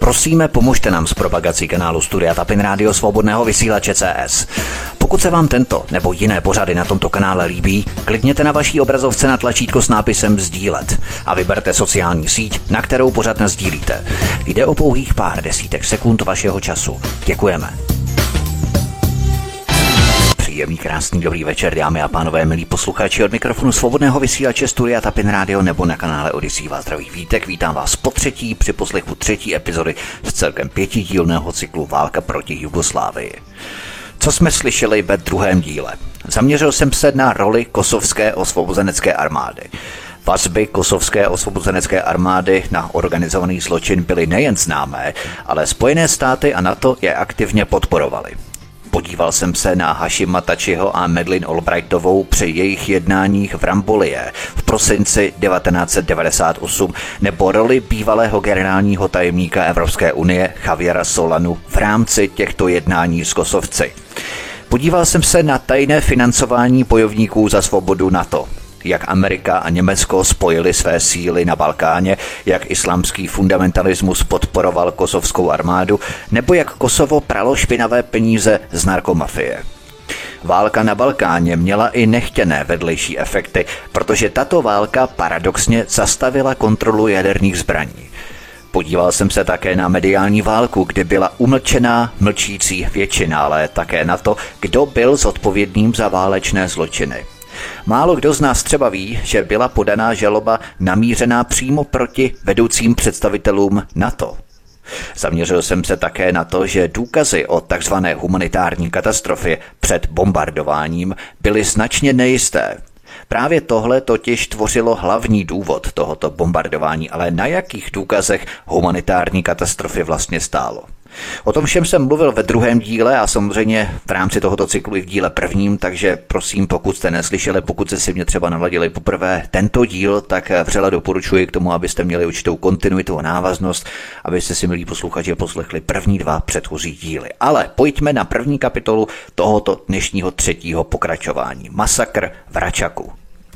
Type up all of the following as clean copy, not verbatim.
Prosíme, pomožte nám s propagací kanálu Studia Tapin Rádio Svobodného vysílače CS. Pokud se vám tento nebo jiné pořady na tomto kanále líbí, klikněte na vaší obrazovce na tlačítko s nápisem sdílet a vyberte sociální síť, na kterou pořad nasdílíte. Jde o pouhých pár desítek sekund vašeho času. Děkujeme. Příjemný, krásný, dobrý večer, dámy a pánové, milí posluchači, od mikrofonu Svobodného vysílače Studia Tapin Rádio nebo na kanále Odyssey vás zdraví Vítek. Vítám vás po třetí při poslechu třetí epizody z celkem 5dílného cyklu Válka proti Jugoslávii. Co jsme slyšeli ve druhém díle? Zaměřil jsem se na roli kosovské osvobozenecké armády. Vazby kosovské osvobozenecké armády na organizovaný zločin byly nejen známé, ale Spojené státy a NATO je aktivně podporovaly. Podíval jsem se na Hašima Tačiho a Madeleine Albrightovou při jejich jednáních v Rambolie v prosinci 1998 nebo roli bývalého generálního tajemníka Evropské unie Javiera Solanu v rámci těchto jednání s Kosovci. Podíval jsem se na tajné financování bojovníků za svobodu NATO. Jak Amerika a Německo spojili své síly na Balkáně, jak islámský fundamentalismus podporoval kosovskou armádu, nebo jak Kosovo pralo špinavé peníze z narkomafie. Válka na Balkáně měla i nechtěné vedlejší efekty, protože tato válka paradoxně zastavila kontrolu jaderných zbraní. Podíval jsem se také na mediální válku, kdy byla umlčená mlčící většina, ale také na to, kdo byl zodpovědným za válečné zločiny. Málo kdo z nás třeba ví, že byla podaná žaloba namířená přímo proti vedoucím představitelům NATO. Zaměřil jsem se také na to, že důkazy o takzvané humanitární katastrofě před bombardováním byly značně nejisté. Právě tohle totiž tvořilo hlavní důvod tohoto bombardování, ale na jakých důkazech humanitární katastrofy vlastně stálo. O tom všem jsem mluvil ve druhém díle a samozřejmě v rámci tohoto cyklu i v díle prvním, takže prosím, pokud jste neslyšeli, pokud jste si mě třeba naladili poprvé tento díl, tak vřele doporučuji k tomu, abyste měli určitou kontinuitu a návaznost, abyste si, milí posluchači, poslechli první dva předchozí díly. Ale pojďme na první kapitolu tohoto dnešního třetího pokračování. Masakr v Račaku.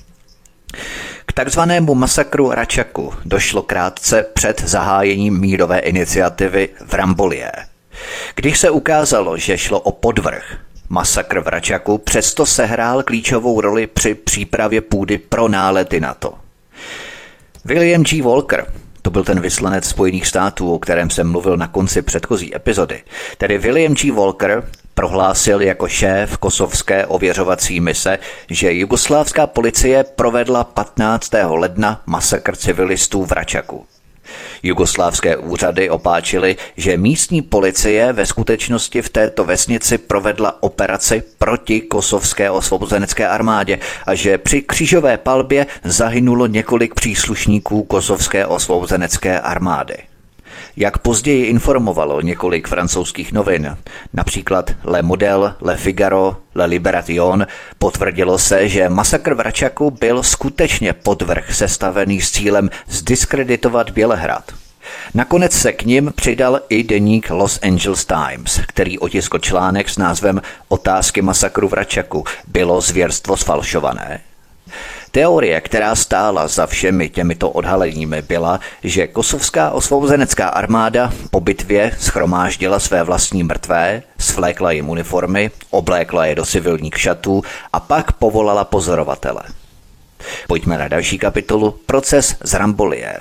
K takzvanému masakru Račaku došlo krátce před zahájením mírové iniciativy v Rambolie. Když se ukázalo, že šlo o podvrh, masakr v Račaku přesto sehrál klíčovou roli při přípravě půdy pro nálety NATO. William G. Walker, to byl ten vyslanec Spojených států, o kterém jsem mluvil na konci předchozí epizody, tedy William G. Walker prohlásil jako šéf kosovské ověřovací mise, že jugoslávská policie provedla 15. ledna masakr civilistů v Račaku. Jugoslávské úřady opáčily, že místní policie ve skutečnosti v této vesnici provedla operaci proti kosovské osvobozenecké armádě a že při křížové palbě zahynulo několik příslušníků kosovské osvobozenecké armády. Jak později informovalo několik francouzských novin, například Le Modèle, Le Figaro, Le Libération, potvrdilo se, že masakr v Račaku byl skutečně podvrh sestavený s cílem zdiskreditovat Bělehrad. Nakonec se k nim přidal i deník Los Angeles Times, který otiskl článek s názvem Otázky masakru v Račaku. Bylo zvěrstvo sfalšované? Teorie, která stála za všemi těmito odhaleními, byla, že kosovská osvobozenecká armáda po bitvě shromáždila své vlastní mrtvé, svlékla jim uniformy, oblékla je do civilních šatů a pak povolala pozorovatele. Pojďme na další kapitolu Proces z Rambolie.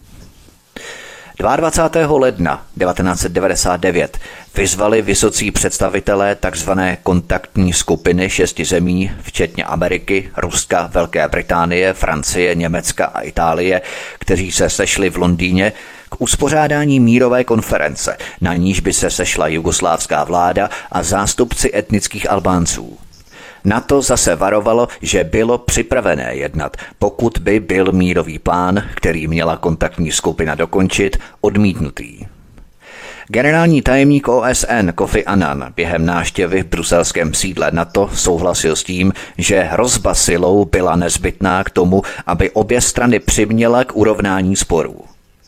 22. ledna 1999 vyzvali vysocí představitelé tzv. Kontaktní skupiny 6 zemí, včetně Ameriky, Ruska, Velké Británie, Francie, Německa a Itálie, kteří se sešli v Londýně, k uspořádání mírové konference, na níž by se sešla jugoslávská vláda a zástupci etnických Albánců. NATO zase varovalo, že bylo připravené jednat, pokud by byl mírový plán, který měla kontaktní skupina dokončit, odmítnutý. Generální tajemník OSN Kofi Annan během návštěvy v bruselském sídle NATO souhlasil s tím, že hrozba silou byla nezbytná k tomu, aby obě strany přiměla k urovnání sporů.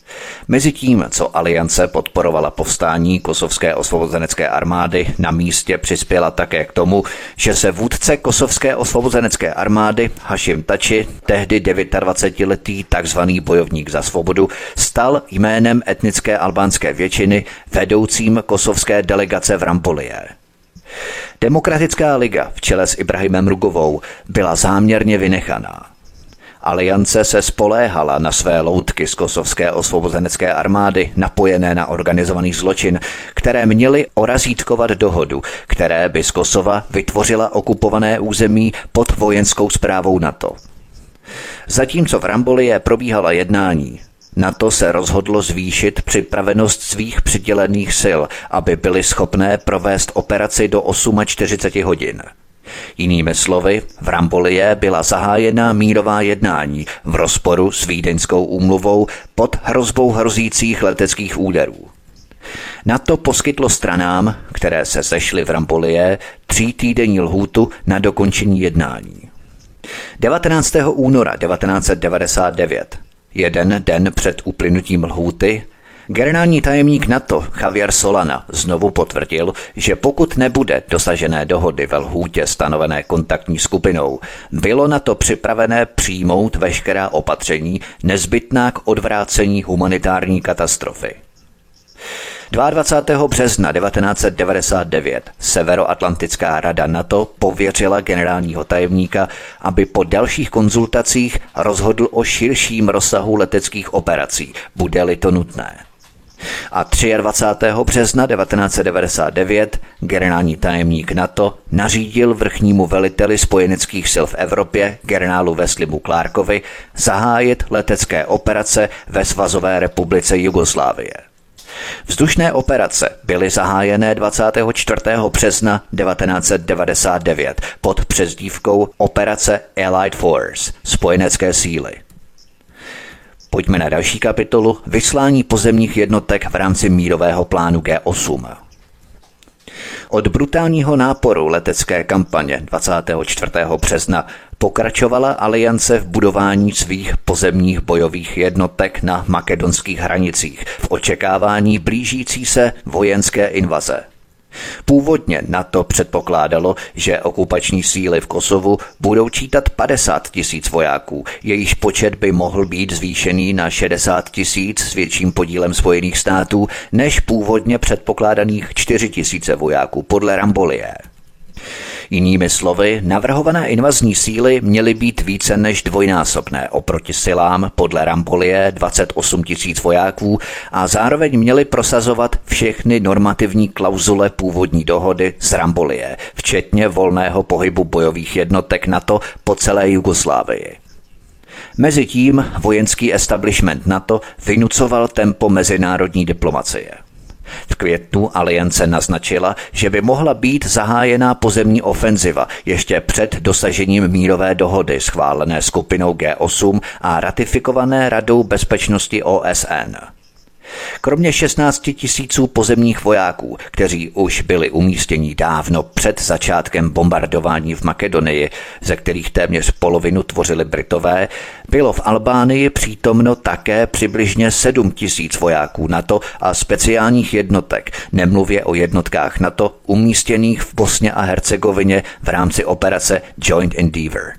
Mezitím, co aliance podporovala povstání kosovské osvobozenecké armády, na místě přispěla také k tomu, že se vůdce kosovské osvobozenecké armády Hašim Tači, tehdy 29letý takzvaný bojovník za svobodu, stal jménem etnické albánské většiny vedoucím kosovské delegace v Rambolije. Demokratická liga v čele s Ibrahimem Rugovou byla záměrně vynechaná. Aliance se spoléhala na své loutky z kosovské osvobozenecké armády napojené na organizovaný zločin, které měly orazítkovat dohodu, které by z Kosova vytvořila okupované území pod vojenskou správou NATO. Zatímco v Rambolije probíhala jednání, NATO se rozhodlo zvýšit připravenost svých přidělených sil, aby byly schopné provést operaci do 48 hodin. Jinými slovy, v Rambolije byla zahájena mírová jednání v rozporu s Vídeňskou úmluvou pod hrozbou hrozících leteckých úderů. NATO poskytlo stranám, které se sešly v Rambolije, 3týdenní lhůtu na dokončení jednání. 19. února 1999, jeden den před uplynutím lhůty, generální tajemník NATO Javier Solana znovu potvrdil, že pokud nebude dosažené dohody ve lhůtě stanovené kontaktní skupinou, bylo NATO připravené přijmout veškerá opatření nezbytná k odvrácení humanitární katastrofy. 22. března 1999 Severoatlantická rada NATO pověřila generálního tajemníka, aby po dalších konzultacích rozhodl o širším rozsahu leteckých operací, bude-li to nutné. A 23. března 1999 generální tajemník NATO nařídil vrchnímu veliteli spojeneckých sil v Evropě, generálu Wesleymu Clarkovi, zahájit letecké operace ve Svazové republice Jugoslávie. Vzdušné operace byly zahájené 24. března 1999 pod přezdívkou Operace Allied Force, spojenecké síly. Pojďme na další kapitolu vyslání pozemních jednotek v rámci mírového plánu G8. Od brutálního náporu letecké kampaně 24. března pokračovala aliance v budování svých pozemních bojových jednotek na makedonských hranicích v očekávání blížící se vojenské invaze. Původně NATO předpokládalo, že okupační síly v Kosovu budou čítat 50 000 vojáků, jejichž počet by mohl být zvýšený na 60 000 s větším podílem Spojených států než původně předpokládaných 4 000 vojáků podle Rambolije. Jinými slovy, navrhované invazní síly měly být více než dvojnásobné oproti silám podle Rambolije 28 000 vojáků a zároveň měly prosazovat všechny normativní klauzule původní dohody z Rambolije, včetně volného pohybu bojových jednotek NATO po celé Jugoslávii. Mezitím vojenský establishment NATO vynucoval tempo mezinárodní diplomacie. V květnu aliance naznačila, že by mohla být zahájená pozemní ofenziva ještě před dosažením mírové dohody schválené skupinou G8 a ratifikované Radou bezpečnosti OSN. Kromě 16 000 pozemních vojáků, kteří už byli umístěni dávno před začátkem bombardování v Makedonii, ze kterých téměř polovinu tvořili Britové, bylo v Albánii přítomno také přibližně 7 000 vojáků NATO a speciálních jednotek, nemluvě o jednotkách NATO umístěných v Bosně a Hercegovině v rámci operace Joint Endeavour.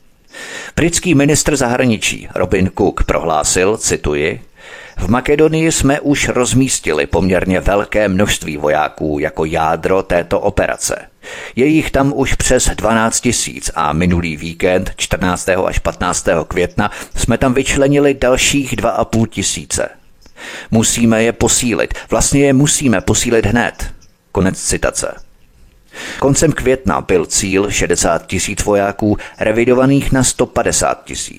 Britský ministr zahraničí Robin Cook prohlásil, cituji, v Makedonii jsme už rozmístili poměrně velké množství vojáků jako jádro této operace. Je jich tam už přes 12 000 a minulý víkend 14. až 15. května jsme tam vyčlenili dalších 2 500. Musíme je posílit, vlastně je musíme posílit hned. Konec citace. Koncem května byl cíl 60 000 vojáků revidovaných na 150 000.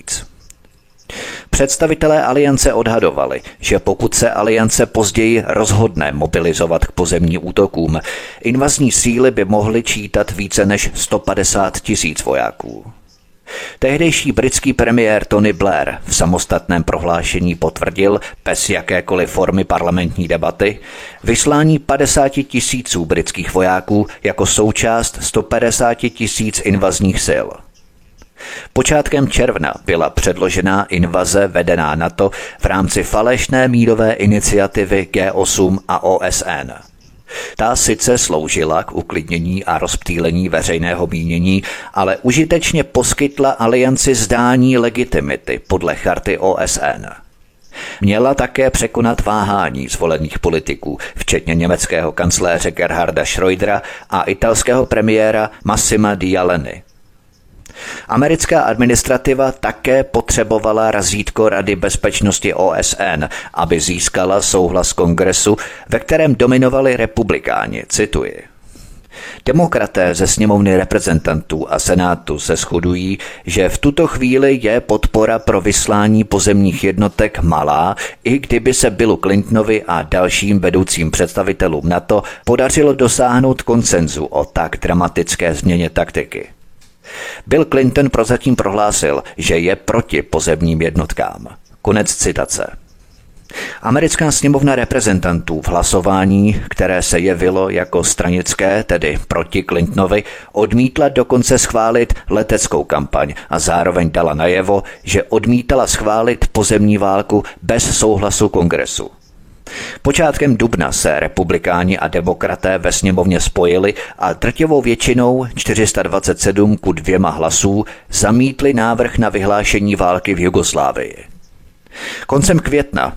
Představitelé aliance odhadovali, že pokud se aliance později rozhodne mobilizovat k pozemním útokům, invazní síly by mohly čítat více než 150 000 vojáků. Tehdejší britský premiér Tony Blair v samostatném prohlášení potvrdil, bez jakékoliv formy parlamentní debaty, vyslání 50 000 britských vojáků jako součást 150 000 invazních sil. Počátkem června byla předložena invaze vedená NATO v rámci falešné mírové iniciativy G8 a OSN. Ta sice sloužila k uklidnění a rozptýlení veřejného mínění, ale užitečně poskytla alianci zdání legitimity podle charty OSN. Měla také překonat váhání zvolených politiků, včetně německého kancléře Gerharda Schrödera a italského premiéra Massima D'Aleny. Americká administrativa také potřebovala razítko Rady bezpečnosti OSN, aby získala souhlas kongresu, ve kterém dominovali republikáni, cituji. Demokraté ze sněmovny reprezentantů a senátu se shodují, že v tuto chvíli je podpora pro vyslání pozemních jednotek malá, i kdyby se Billu Clintonovi a dalším vedoucím představitelům NATO podařilo dosáhnout konsenzu o tak dramatické změně taktiky. Bill Clinton prozatím prohlásil, že je proti pozemním jednotkám. Konec citace. Americká sněmovna reprezentantů v hlasování, které se jevilo jako stranické, tedy proti Clintonovi, odmítla dokonce schválit leteckou kampaň a zároveň dala najevo, že odmítala schválit pozemní válku bez souhlasu kongresu. Počátkem dubna se republikáni a demokraté ve sněmovně spojili a drtivou většinou 427-2 hlasů zamítli návrh na vyhlášení války v Jugoslávii. Koncem května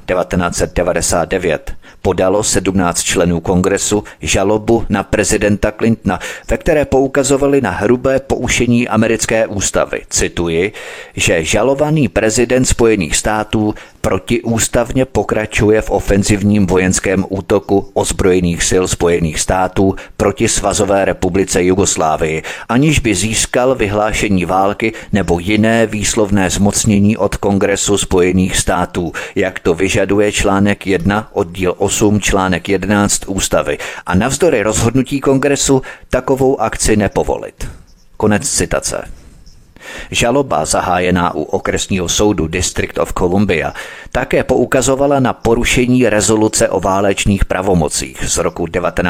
1999 podalo 17 členů kongresu žalobu na prezidenta Clintona, ve které poukazovali na hrubé poušení americké ústavy. Cituji, že žalovaný prezident Spojených států protiústavně pokračuje v ofenzivním vojenském útoku ozbrojených sil Spojených států proti Svazové republice Jugoslávii, aniž by získal vyhlášení války nebo jiné výslovné zmocnění od Kongresu Spojených států, jak to vyžaduje článek 1 oddíl 8 článek 11 ústavy a navzdory rozhodnutí Kongresu takovou akci nepovolit. Konec citace. Žaloba zahájená u okresního soudu District of Columbia také poukazovala na porušení rezoluce o válečných pravomocích z roku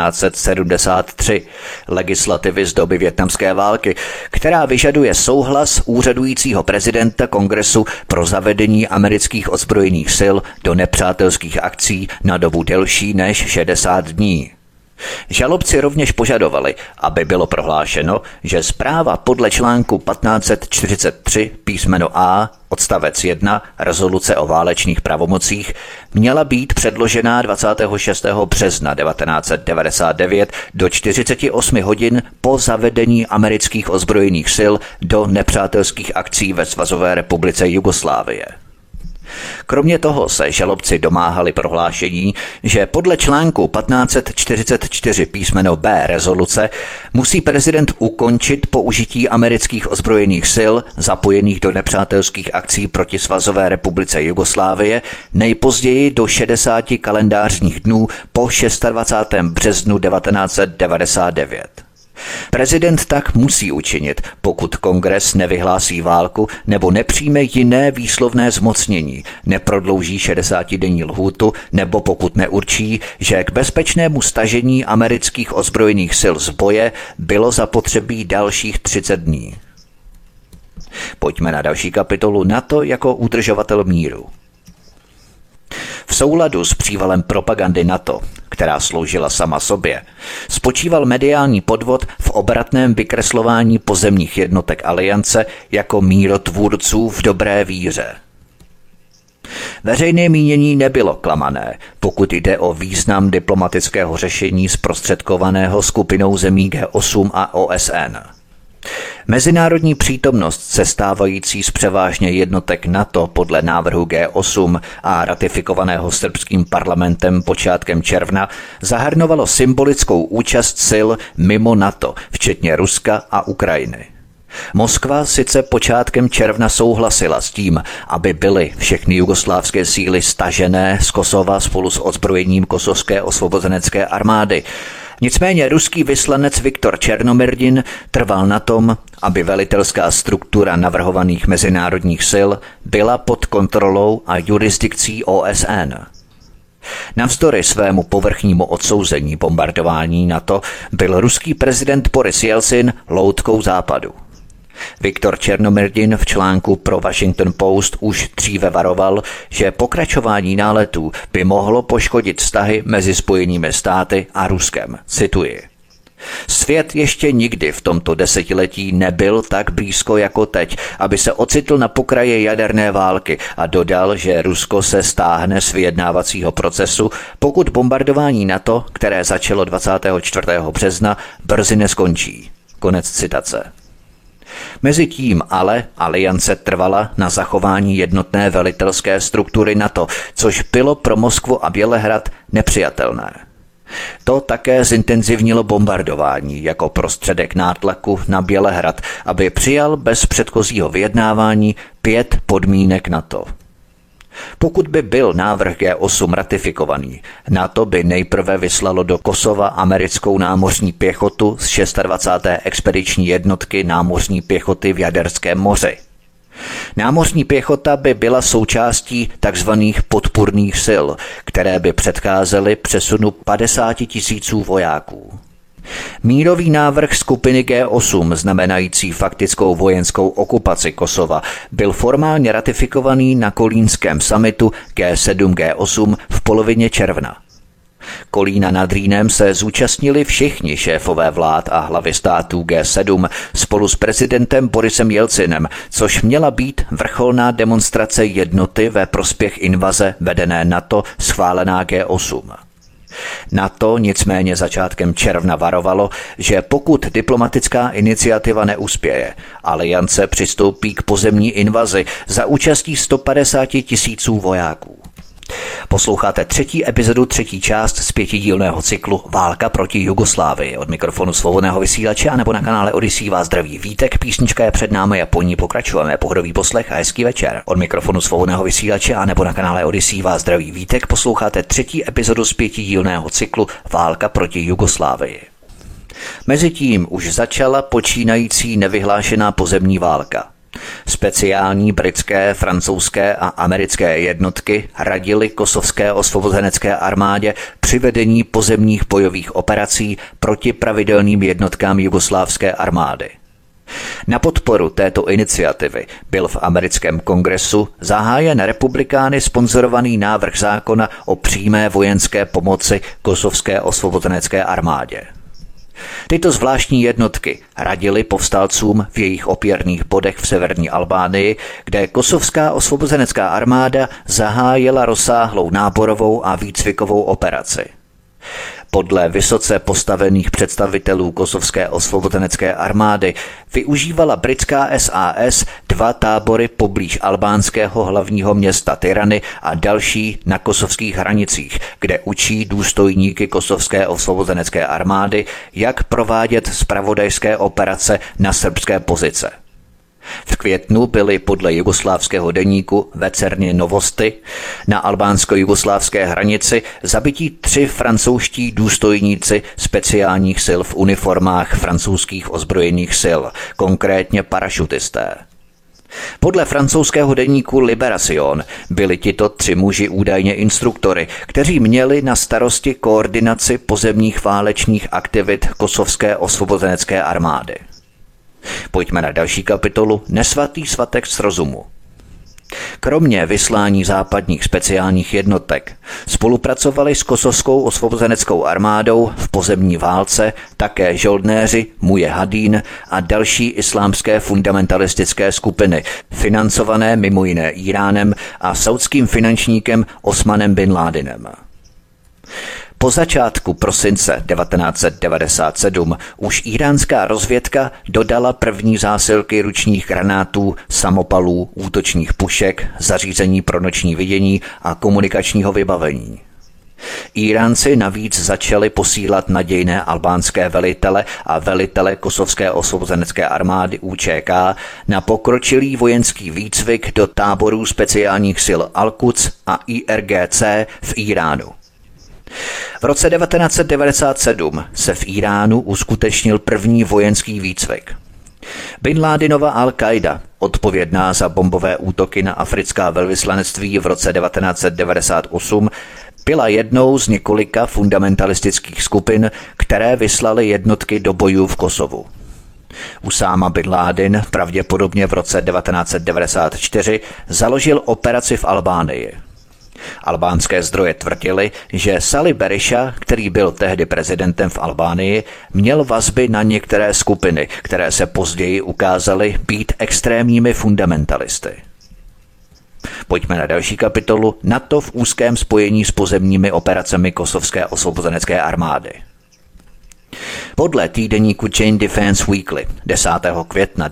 1973, legislativy z doby vietnamské války, která vyžaduje souhlas úřadujícího prezidenta kongresu pro zavedení amerických ozbrojených sil do nepřátelských akcí na dobu delší než 60 dní. Žalobci rovněž požadovali, aby bylo prohlášeno, že zpráva podle článku 1543 písmeno A odstavec 1 rezoluce o válečných pravomocích měla být předložená 26. března 1999 do 48 hodin po zavedení amerických ozbrojených sil do nepřátelských akcí ve Svazové republice Jugoslávie. Kromě toho se žalobci domáhali prohlášení, že podle článku 1544 písmeno B rezoluce musí prezident ukončit použití amerických ozbrojených sil zapojených do nepřátelských akcí proti Svazové republice Jugoslávie nejpozději do 60 kalendářních dnů po 26. březnu 1999. Prezident tak musí učinit, pokud kongres nevyhlásí válku nebo nepřijme jiné výslovné zmocnění, neprodlouží 60denní lhůtu nebo pokud neurčí, že k bezpečnému stažení amerických ozbrojených sil z boje bylo zapotřebí dalších 30 dní. Pojďme na další kapitolu NATO jako udržovatel míru. V souladu s přívalem propagandy NATO, která sloužila sama sobě, spočíval mediální podvod v obratném vykreslování pozemních jednotek aliance jako mírotvůrců v dobré víře. Veřejné mínění nebylo klamané, pokud jde o význam diplomatického řešení zprostředkovaného skupinou zemí G8 a OSN. Mezinárodní přítomnost sestávající z převážně jednotek NATO podle návrhu G8 a ratifikovaného srbským parlamentem počátkem června zahrnovalo symbolickou účast sil mimo NATO, včetně Ruska a Ukrajiny. Moskva sice počátkem června souhlasila s tím, aby byly všechny jugoslávské síly stažené z Kosova spolu s odzbrojením kosovské osvobozenecké armády. Nicméně ruský vyslanec Viktor Černomyrdin trval na tom, aby velitelská struktura navrhovaných mezinárodních sil byla pod kontrolou a jurisdikcí OSN. Navzdory svému povrchnímu odsouzení bombardování NATO byl ruský prezident Boris Jelcin loutkou západu. Viktor Černomyrdin v článku pro Washington Post už dříve varoval, že pokračování náletů by mohlo poškodit vztahy mezi Spojenými státy a Ruskem. Cituji. Svět ještě nikdy v tomto desetiletí nebyl tak blízko jako teď, aby se ocitl na pokraji jaderné války, a dodal, že Rusko se stáhne z vyjednávacího procesu, pokud bombardování NATO, které začalo 24. března, brzy neskončí. Konec citace. Mezitím ale aliance trvala na zachování jednotné velitelské struktury NATO, což bylo pro Moskvu a Bělehrad nepřijatelné. To také zintenzivnilo bombardování jako prostředek nátlaku na Bělehrad, aby přijal bez předchozího vyjednávání 5 podmínek NATO. Pokud by byl návrh G8 ratifikovaný, NATO by nejprve vyslalo do Kosova americkou námořní pěchotu z 26. expediční jednotky námořní pěchoty v Jaderském moři. Námořní pěchota by byla součástí tzv. Podpůrných sil, které by předcházely přesunu 50 000 vojáků. Mírový návrh skupiny G8, znamenající faktickou vojenskou okupaci Kosova, byl formálně ratifikovaný na kolínském summitu G7-G8 v polovině června. Kolína nad Rýnem se zúčastnili všichni šéfové vlád a hlavy států G7 spolu s prezidentem Borisem Jelcinem, což měla být vrcholná demonstrace jednoty ve prospěch invaze vedené NATO schválená G8. NATO nicméně začátkem června varovalo, že pokud diplomatická iniciativa neuspěje, aliance přistoupí k pozemní invazi za účastí 150 000 vojáků. Posloucháte 3. epizodu, 3. část z 5dílného cyklu Válka proti Jugoslávii. Od mikrofonu Svobodného vysílače a nebo na kanále Odyssey vás zdraví Vítek. Písnička je před námi a po ní pokračujeme. Pohodový poslech a hezký večer. Od mikrofonu Svobodného vysílače a nebo na kanále Odyssey vás zdraví Vítek. Posloucháte 3. epizodu z 5dílného cyklu Válka proti Jugoslávii. Mezitím už začala počínající nevyhlášená pozemní válka. Speciální britské, francouzské a americké jednotky radily kosovské osvobozenecké armádě při vedení pozemních bojových operací proti pravidelným jednotkám jugoslávské armády. Na podporu této iniciativy byl v americkém kongresu zahájen republikány sponzorovaný návrh zákona o přímé vojenské pomoci kosovské osvobozenecké armádě. Tyto zvláštní jednotky radily povstalcům v jejich opěrných bodech v severní Albánii, kde kosovská osvobozenecká armáda zahájila rozsáhlou náborovou a výcvikovou operaci. Podle vysoce postavených představitelů kosovské osvobozenecké armády využívala britská SAS 2 tábory poblíž albánského hlavního města Tirany a další na kosovských hranicích, kde učí důstojníky kosovské osvobozenecké armády, jak provádět zpravodajské operace na srbské pozice. V květnu byly podle jugoslávského deníku Večernje Novosti na albánsko-jugoslávské hranici zabití 3 francouzští důstojníci speciálních sil v uniformách francouzských ozbrojených sil, konkrétně parašutisté. Podle francouzského deníku Libération byli tito 3 muži údajně instruktory, kteří měli na starosti koordinaci pozemních válečných aktivit kosovské osvobozenecké armády. Pojďme na další kapitolu Nesvatý svatek z rozumu. Kromě vyslání západních speciálních jednotek spolupracovali s kosovskou osvobozeneckou armádou v pozemní válce také žoldnéři Mujahedin a další islámské fundamentalistické skupiny, financované mimo jiné Iránem a saudským finančníkem Osmanem bin Ládinem. Po začátku prosince 1997 už iránská rozvědka dodala první zásilky ručních granátů, samopalů, útočních pušek, zařízení pro noční vidění a komunikačního vybavení. Íránci navíc začali posílat nadějné albánské velitele a velitele kosovské osvobozenecké armády UČK na pokročilý vojenský výcvik do táborů speciálních sil Al-Quds a IRGC v Iránu. V roce 1997 se v Iránu uskutečnil první vojenský výcvik. Bin Ládinova Al-Qaida, odpovědná za bombové útoky na africká velvyslanectví v roce 1998, byla jednou z několika fundamentalistických skupin, které vyslaly jednotky do bojů v Kosovu. Usáma bin Ládin pravděpodobně v roce 1994 založil operaci v Albánii. Albánské zdroje tvrdily, že Sali Berisha, který byl tehdy prezidentem v Albánii, měl vazby na některé skupiny, které se později ukázaly být extrémními fundamentalisty. Pojďme na další kapitolu, NATO v úzkém spojení s pozemními operacemi kosovské osvobozenecké armády. Podle týdeníku Chain Defense Weekly 10. května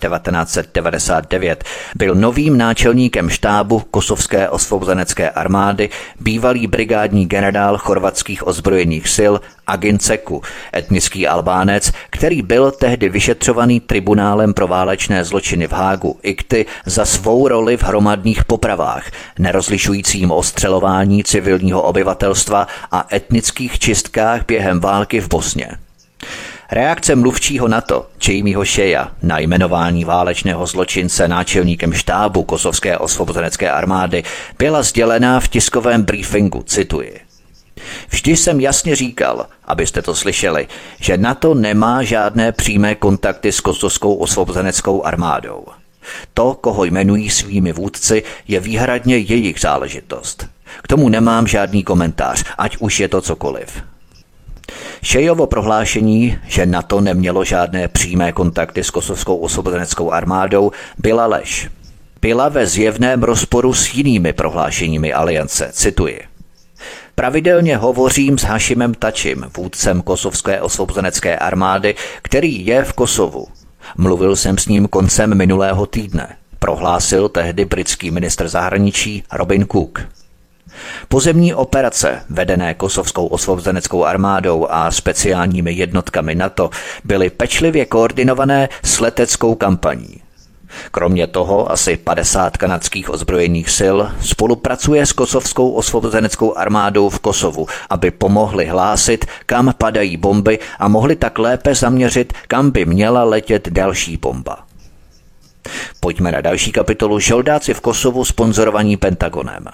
1999 byl novým náčelníkem štábu kosovské osvobozenecké armády bývalý brigádní generál chorvatských ozbrojených sil Agin Ceku, etnický Albánec, který byl tehdy vyšetřovaný tribunálem pro válečné zločiny v Hágu ICTY za svou roli v hromadných popravách, nerozlišujícím ostřelování civilního obyvatelstva a etnických čistkách během války v Bosně. Reakce mluvčího NATO, Jamieho Sheya, na jmenování válečného zločince náčelníkem štábu kosovské osvobozenecké armády byla sdělená v tiskovém briefingu, cituji. Vždy jsem jasně říkal, abyste to slyšeli, že NATO nemá žádné přímé kontakty s kosovskou osvobozeneckou armádou. To, koho jmenují svými vůdci, je výhradně jejich záležitost. K tomu nemám žádný komentář, ať už je to cokoliv. Sheyovo prohlášení, že NATO nemělo žádné přímé kontakty s kosovskou osvobozeneckou armádou, byla lež. Byla ve zjevném rozporu s jinými prohlášeními aliance, cituji. Pravidelně hovořím s Hašimem Tačim, vůdcem kosovské osvobozenecké armády, který je v Kosovu. Mluvil jsem s ním koncem minulého týdne, prohlásil tehdy britský ministr zahraničí Robin Cook. Pozemní operace, vedené kosovskou osvobozeneckou armádou a speciálními jednotkami NATO, byly pečlivě koordinované s leteckou kampaní. Kromě toho asi 50 kanadských ozbrojených sil spolupracuje s kosovskou osvobozeneckou armádou v Kosovu, aby pomohli hlásit, kam padají bomby a mohli tak lépe zaměřit, kam by měla letět další bomba. Pojďme na další kapitolu Žoldáci v Kosovu sponzorovaní Pentagonem.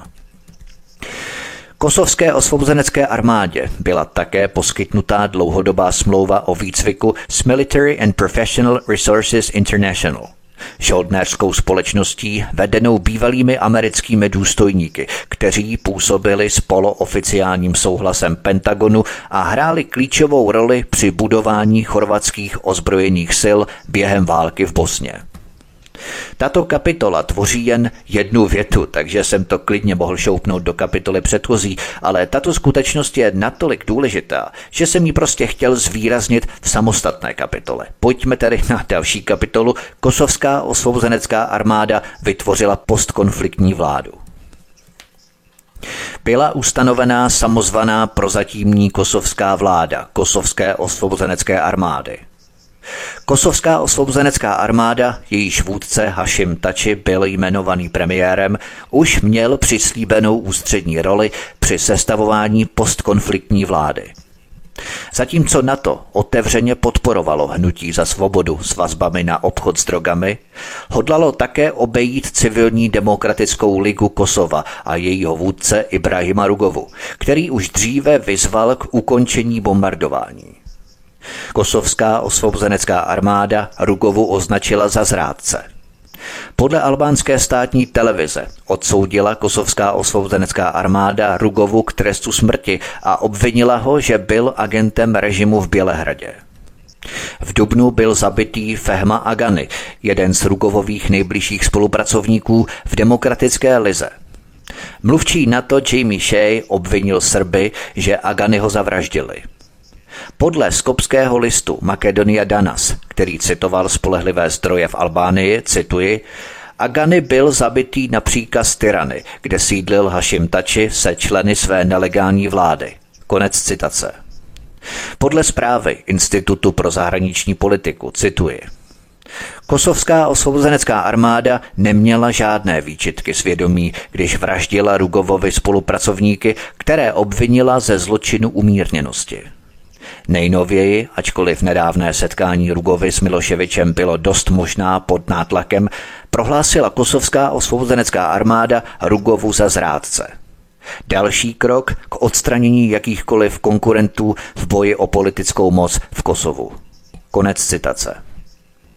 Kosovské osvobozenecké armádě byla také poskytnutá dlouhodobá smlouva o výcviku s Military and Professional Resources International, žoldnéřskou společností vedenou bývalými americkými důstojníky, kteří působili s polooficiálním souhlasem Pentagonu a hráli klíčovou roli při budování chorvatských ozbrojených sil během války v Bosně. Tato kapitola tvoří jen jednu větu, takže jsem to klidně mohl šoupnout do kapitoly předchozí, ale tato skutečnost je natolik důležitá, že jsem ji prostě chtěl zvýraznit v samostatné kapitole. Pojďme tedy na další kapitolu. Kosovská osvobozenecká armáda vytvořila postkonfliktní vládu. Byla ustanovená samozvaná prozatímní kosovská vláda Kosovské osvobozenecké armády. Kosovská osvobozenecká armáda, jejíž vůdce Hašim Tači byl jmenovaný premiérem, už měl přislíbenou ústřední roli při sestavování postkonfliktní vlády. Zatímco NATO otevřeně podporovalo hnutí za svobodu s vazbami na obchod s drogami, hodlalo také obejít civilní demokratickou ligu Kosova a jejího vůdce Ibrahima Rugovu, který už dříve vyzval k ukončení bombardování. Kosovská osvobozenecká armáda Rugovu označila za zrádce. Podle albánské státní televize odsoudila kosovská osvobozenecká armáda Rugovu k trestu smrti a obvinila ho, že byl agentem režimu v Bělehradě. V dubnu byl zabitý Fehma Agani, jeden z Rugovových nejbližších spolupracovníků v Demokratické lize. Mluvčí NATO Jamie Shea obvinil Srby, že Aganiho zavraždili. Podle skopského listu Makedonia Danas, který citoval spolehlivé zdroje v Albánii, cituji, Agani byl zabitý na příkaz Tirany, kde sídlil Hašim Tači se členy své nelegální vlády. Konec citace. Podle zprávy Institutu pro zahraniční politiku, cituji, Kosovská osvobozenecká armáda neměla žádné výčitky svědomí, když vraždila Rugovovi spolupracovníky, které obvinila ze zločinu umírněnosti. Nejnověji, ačkoliv nedávné setkání Rugovy s Miloševičem bylo dost možná pod nátlakem, prohlásila kosovská osvobozenecká armáda Rugovu za zrádce. Další krok k odstranění jakýchkoliv konkurentů v boji o politickou moc v Kosovu. Konec citace.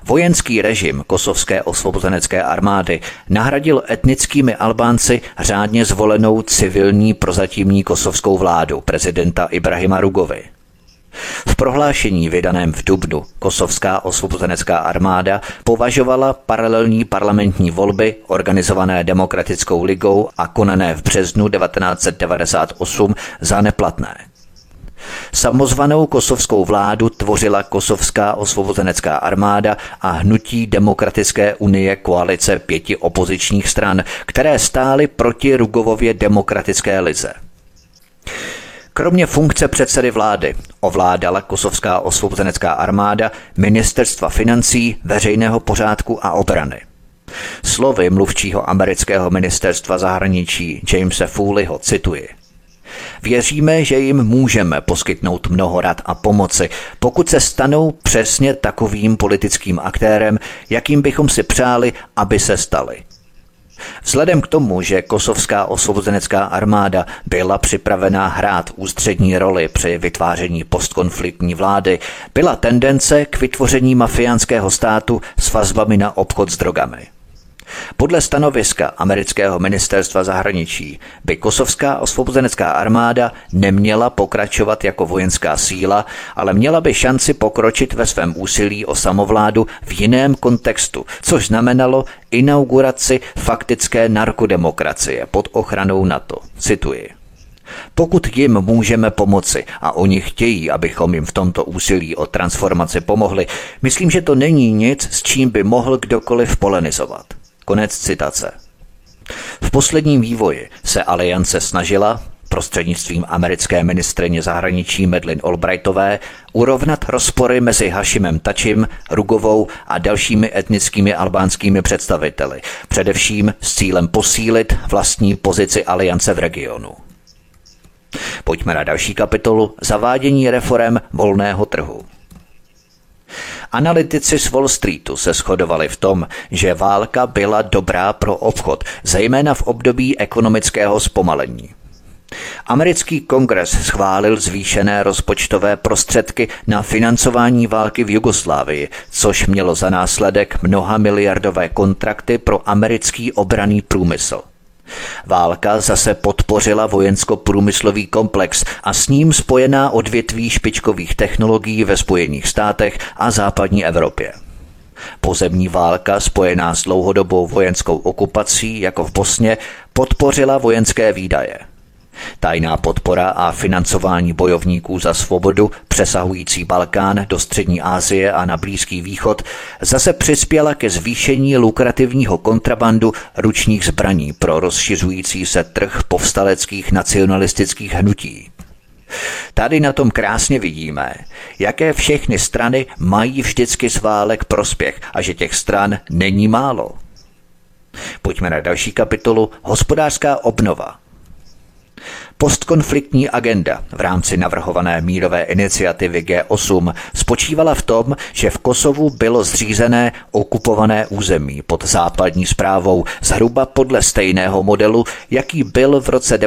Vojenský režim kosovské osvobozenecké armády nahradil etnickými Albánci řádně zvolenou civilní prozatímní kosovskou vládu prezidenta Ibrahima Rugovy. V prohlášení vydaném v dubnu kosovská osvobozenecká armáda považovala paralelní parlamentní volby organizované Demokratickou ligou a konané v březnu 1998 za neplatné. Samozvanou kosovskou vládu tvořila kosovská osvobozenecká armáda a hnutí Demokratické unie koalice 5 opozičních stran, které stály proti Rugovově Demokratické lize. Kromě funkce předsedy vlády ovládala kosovská osvobozenecká armáda ministerstva financí, veřejného pořádku a obrany. Slovy mluvčího amerického ministerstva zahraničí Jamese Foleyho cituji: Věříme, že jim můžeme poskytnout mnoho rad a pomoci, pokud se stanou přesně takovým politickým aktérem, jakým bychom si přáli, aby se stali. Vzhledem k tomu, že kosovská osvobozenecká armáda byla připravená hrát ústřední roli při vytváření postkonfliktní vlády, byla tendence k vytvoření mafiánského státu s vazbami na obchod s drogami. Podle stanoviska amerického ministerstva zahraničí by kosovská osvobozenecká armáda neměla pokračovat jako vojenská síla, ale měla by šanci pokročit ve svém úsilí o samovládu v jiném kontextu, což znamenalo inauguraci faktické narkodemokracie pod ochranou NATO. Cituji: Pokud jim můžeme pomoci a oni chtějí, abychom jim v tomto úsilí o transformaci pomohli, myslím, že to není nic, s čím by mohl kdokoliv polemizovat. Konec citace. V posledním vývoji se aliance snažila, prostřednictvím americké ministryně zahraničí Madeleine Albrightové, urovnat rozpory mezi Hašimem Tačim, Rugovou a dalšími etnickými albánskými představiteli, především s cílem posílit vlastní pozici aliance v regionu. Pojďme na další kapitolu: zavádění reforem volného trhu. Analytici z Wall Streetu se shodovali v tom, že válka byla dobrá pro obchod, zejména v období ekonomického zpomalení. Americký kongres schválil zvýšené rozpočtové prostředky na financování války v Jugoslávii, což mělo za následek mnohamiliardové kontrakty pro americký obranný průmysl. Válka zase podpořila vojensko-průmyslový komplex a s ním spojená odvětví špičkových technologií ve Spojených státech a západní Evropě. Pozemní válka spojená s dlouhodobou vojenskou okupací, jako v Bosně, podpořila vojenské výdaje. Tajná podpora a financování bojovníků za svobodu přesahující Balkán do Střední Asie a na Blízký východ zase přispěla ke zvýšení lukrativního kontrabandu ručních zbraní pro rozšiřující se trh povstaleckých nacionalistických hnutí. Tady na tom krásně vidíme, jaké všechny strany mají vždycky z válek prospěch a že těch stran není málo. Pojďme na další kapitolu: hospodářská obnova. Postkonfliktní agenda v rámci navrhované mírové iniciativy G8 spočívala v tom, že v Kosovu bylo zřízené okupované území pod západní správou zhruba podle stejného modelu, jaký byl v roce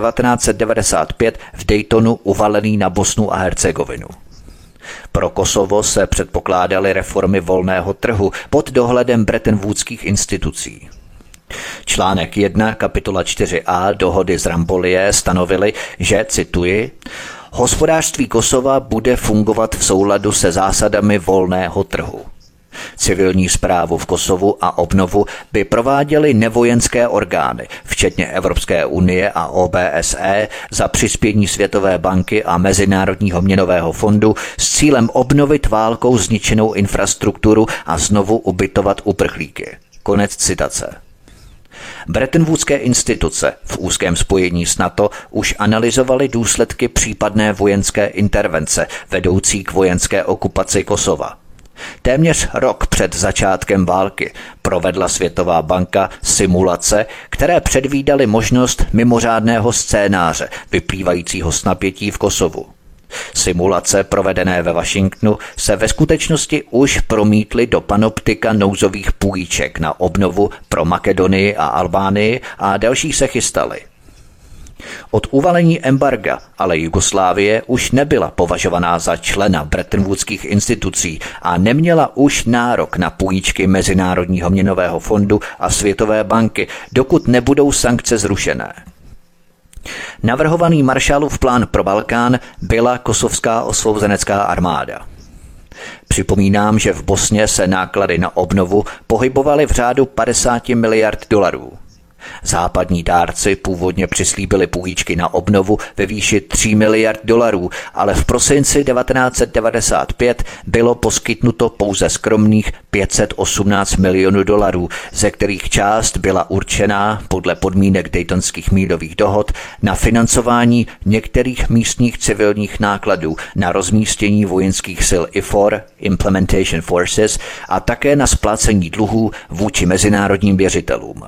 1995 v Daytonu uvalený na Bosnu a Hercegovinu. Pro Kosovo se předpokládaly reformy volného trhu pod dohledem brettonwoodských institucí. Článek 1, kapitola 4a dohody z Rambolie stanovily, že, cituji, hospodářství Kosova bude fungovat v souladu se zásadami volného trhu. Civilní správu v Kosovu a obnovu by prováděly nevojenské orgány, včetně Evropské unie a OBSE, za přispění Světové banky a Mezinárodního měnového fondu s cílem obnovit válkou zničenou infrastrukturu a znovu ubytovat uprchlíky. Konec citace. Brettonwoodské instituce v úzkém spojení s NATO už analyzovaly důsledky případné vojenské intervence vedoucí k vojenské okupaci Kosova. Téměř rok před začátkem války provedla Světová banka simulace, které předvídaly možnost mimořádného scénáře vyplývajícího z napětí v Kosovu. Simulace provedené ve Washingtonu se ve skutečnosti už promítly do panoptika nouzových půjček na obnovu pro Makedonii a Albánii a další se chystaly. Od uvalení embarga ale Jugoslávie už nebyla považovaná za člena brettonwoodských institucí a neměla už nárok na půjčky Mezinárodního měnového fondu a Světové banky, dokud nebudou sankce zrušené. Navrhovaný Marshallův plán pro Balkán byla kosovská osvobozenecká armáda. Připomínám, že v Bosně se náklady na obnovu pohybovaly v řádu 50 miliard dolarů. Západní dárci původně přislíbili půjčky na obnovu ve výši 3 miliard dolarů, ale v prosinci 1995 bylo poskytnuto pouze skromných 518 milionů dolarů, ze kterých část byla určená podle podmínek Daytonských mírových dohod na financování některých místních civilních nákladů na rozmístění vojenských sil IFOR, Implementation Forces, a také na splácení dluhů vůči mezinárodním věřitelům.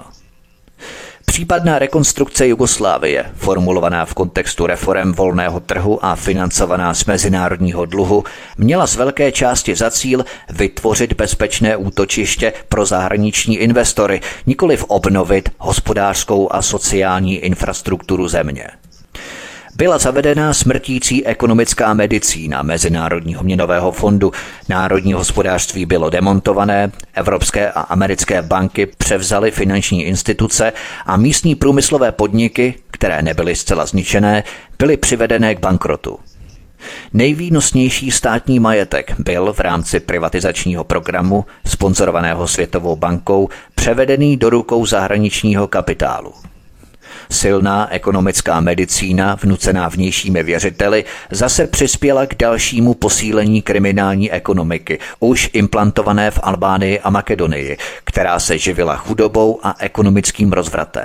Případná rekonstrukce Jugoslávie, formulovaná v kontextu reforem volného trhu a financovaná z mezinárodního dluhu, měla z velké části za cíl vytvořit bezpečné útočiště pro zahraniční investory, nikoliv obnovit hospodářskou a sociální infrastrukturu země. Byla zavedena smrtící ekonomická medicína Mezinárodního měnového fondu, národní hospodářství bylo demontované, evropské a americké banky převzaly finanční instituce a místní průmyslové podniky, které nebyly zcela zničené, byly přivedené k bankrotu. Nejvýnosnější státní majetek byl v rámci privatizačního programu, sponzorovaného Světovou bankou, převedený do rukou zahraničního kapitálu. Silná ekonomická medicína, vnucená vnějšími věřiteli, zase přispěla k dalšímu posílení kriminální ekonomiky, už implantované v Albánii a Makedonii, která se živila chudobou a ekonomickým rozvratem.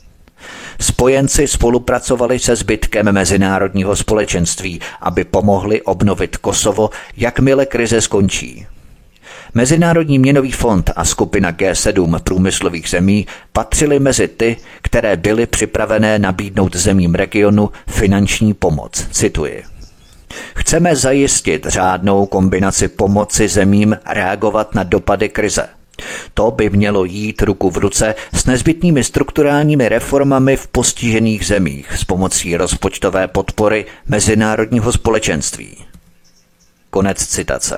Spojenci spolupracovali se zbytkem mezinárodního společenství, aby pomohli obnovit Kosovo, jakmile krize skončí. Mezinárodní měnový fond a skupina G7 průmyslových zemí patřily mezi ty, které byly připravené nabídnout zemím regionu finanční pomoc. Cituji. Chceme zajistit řádnou kombinaci pomoci zemím reagovat na dopady krize. To by mělo jít ruku v ruce s nezbytnými strukturálními reformami v postižených zemích s pomocí rozpočtové podpory mezinárodního společenství. Konec citace.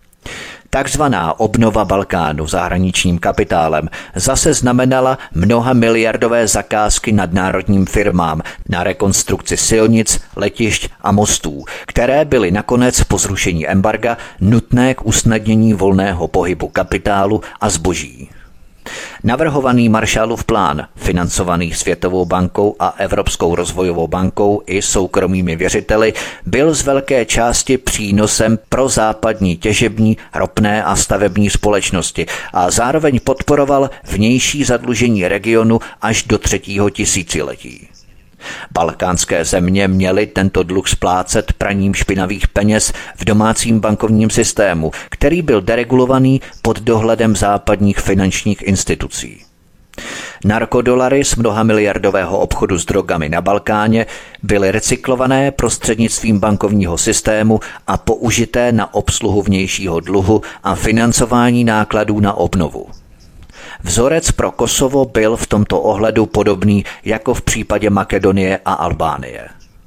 Takzvaná obnova Balkánu zahraničním kapitálem zase znamenala mnoha miliardové zakázky nadnárodním firmám na rekonstrukci silnic, letišť a mostů, které byly nakonec po zrušení embarga nutné k usnadnění volného pohybu kapitálu a zboží. Navrhovaný Marshallův plán, financovaný Světovou bankou a Evropskou rozvojovou bankou i soukromými věřiteli, byl z velké části přínosem pro západní těžební, ropné a stavební společnosti a zároveň podporoval vnější zadlužení regionu až do 3. tisíciletí. Balkánské země měly tento dluh splácet praním špinavých peněz v domácím bankovním systému, který byl deregulovaný pod dohledem západních finančních institucí. Narkodolary z mnohamiliardového obchodu s drogami na Balkáně byly recyklované prostřednictvím bankovního systému a použité na obsluhu vnějšího dluhu a financování nákladů na obnovu. Vzorec pro Kosovo byl v tomto ohledu podobný jako v případě Makedonie a Albánie.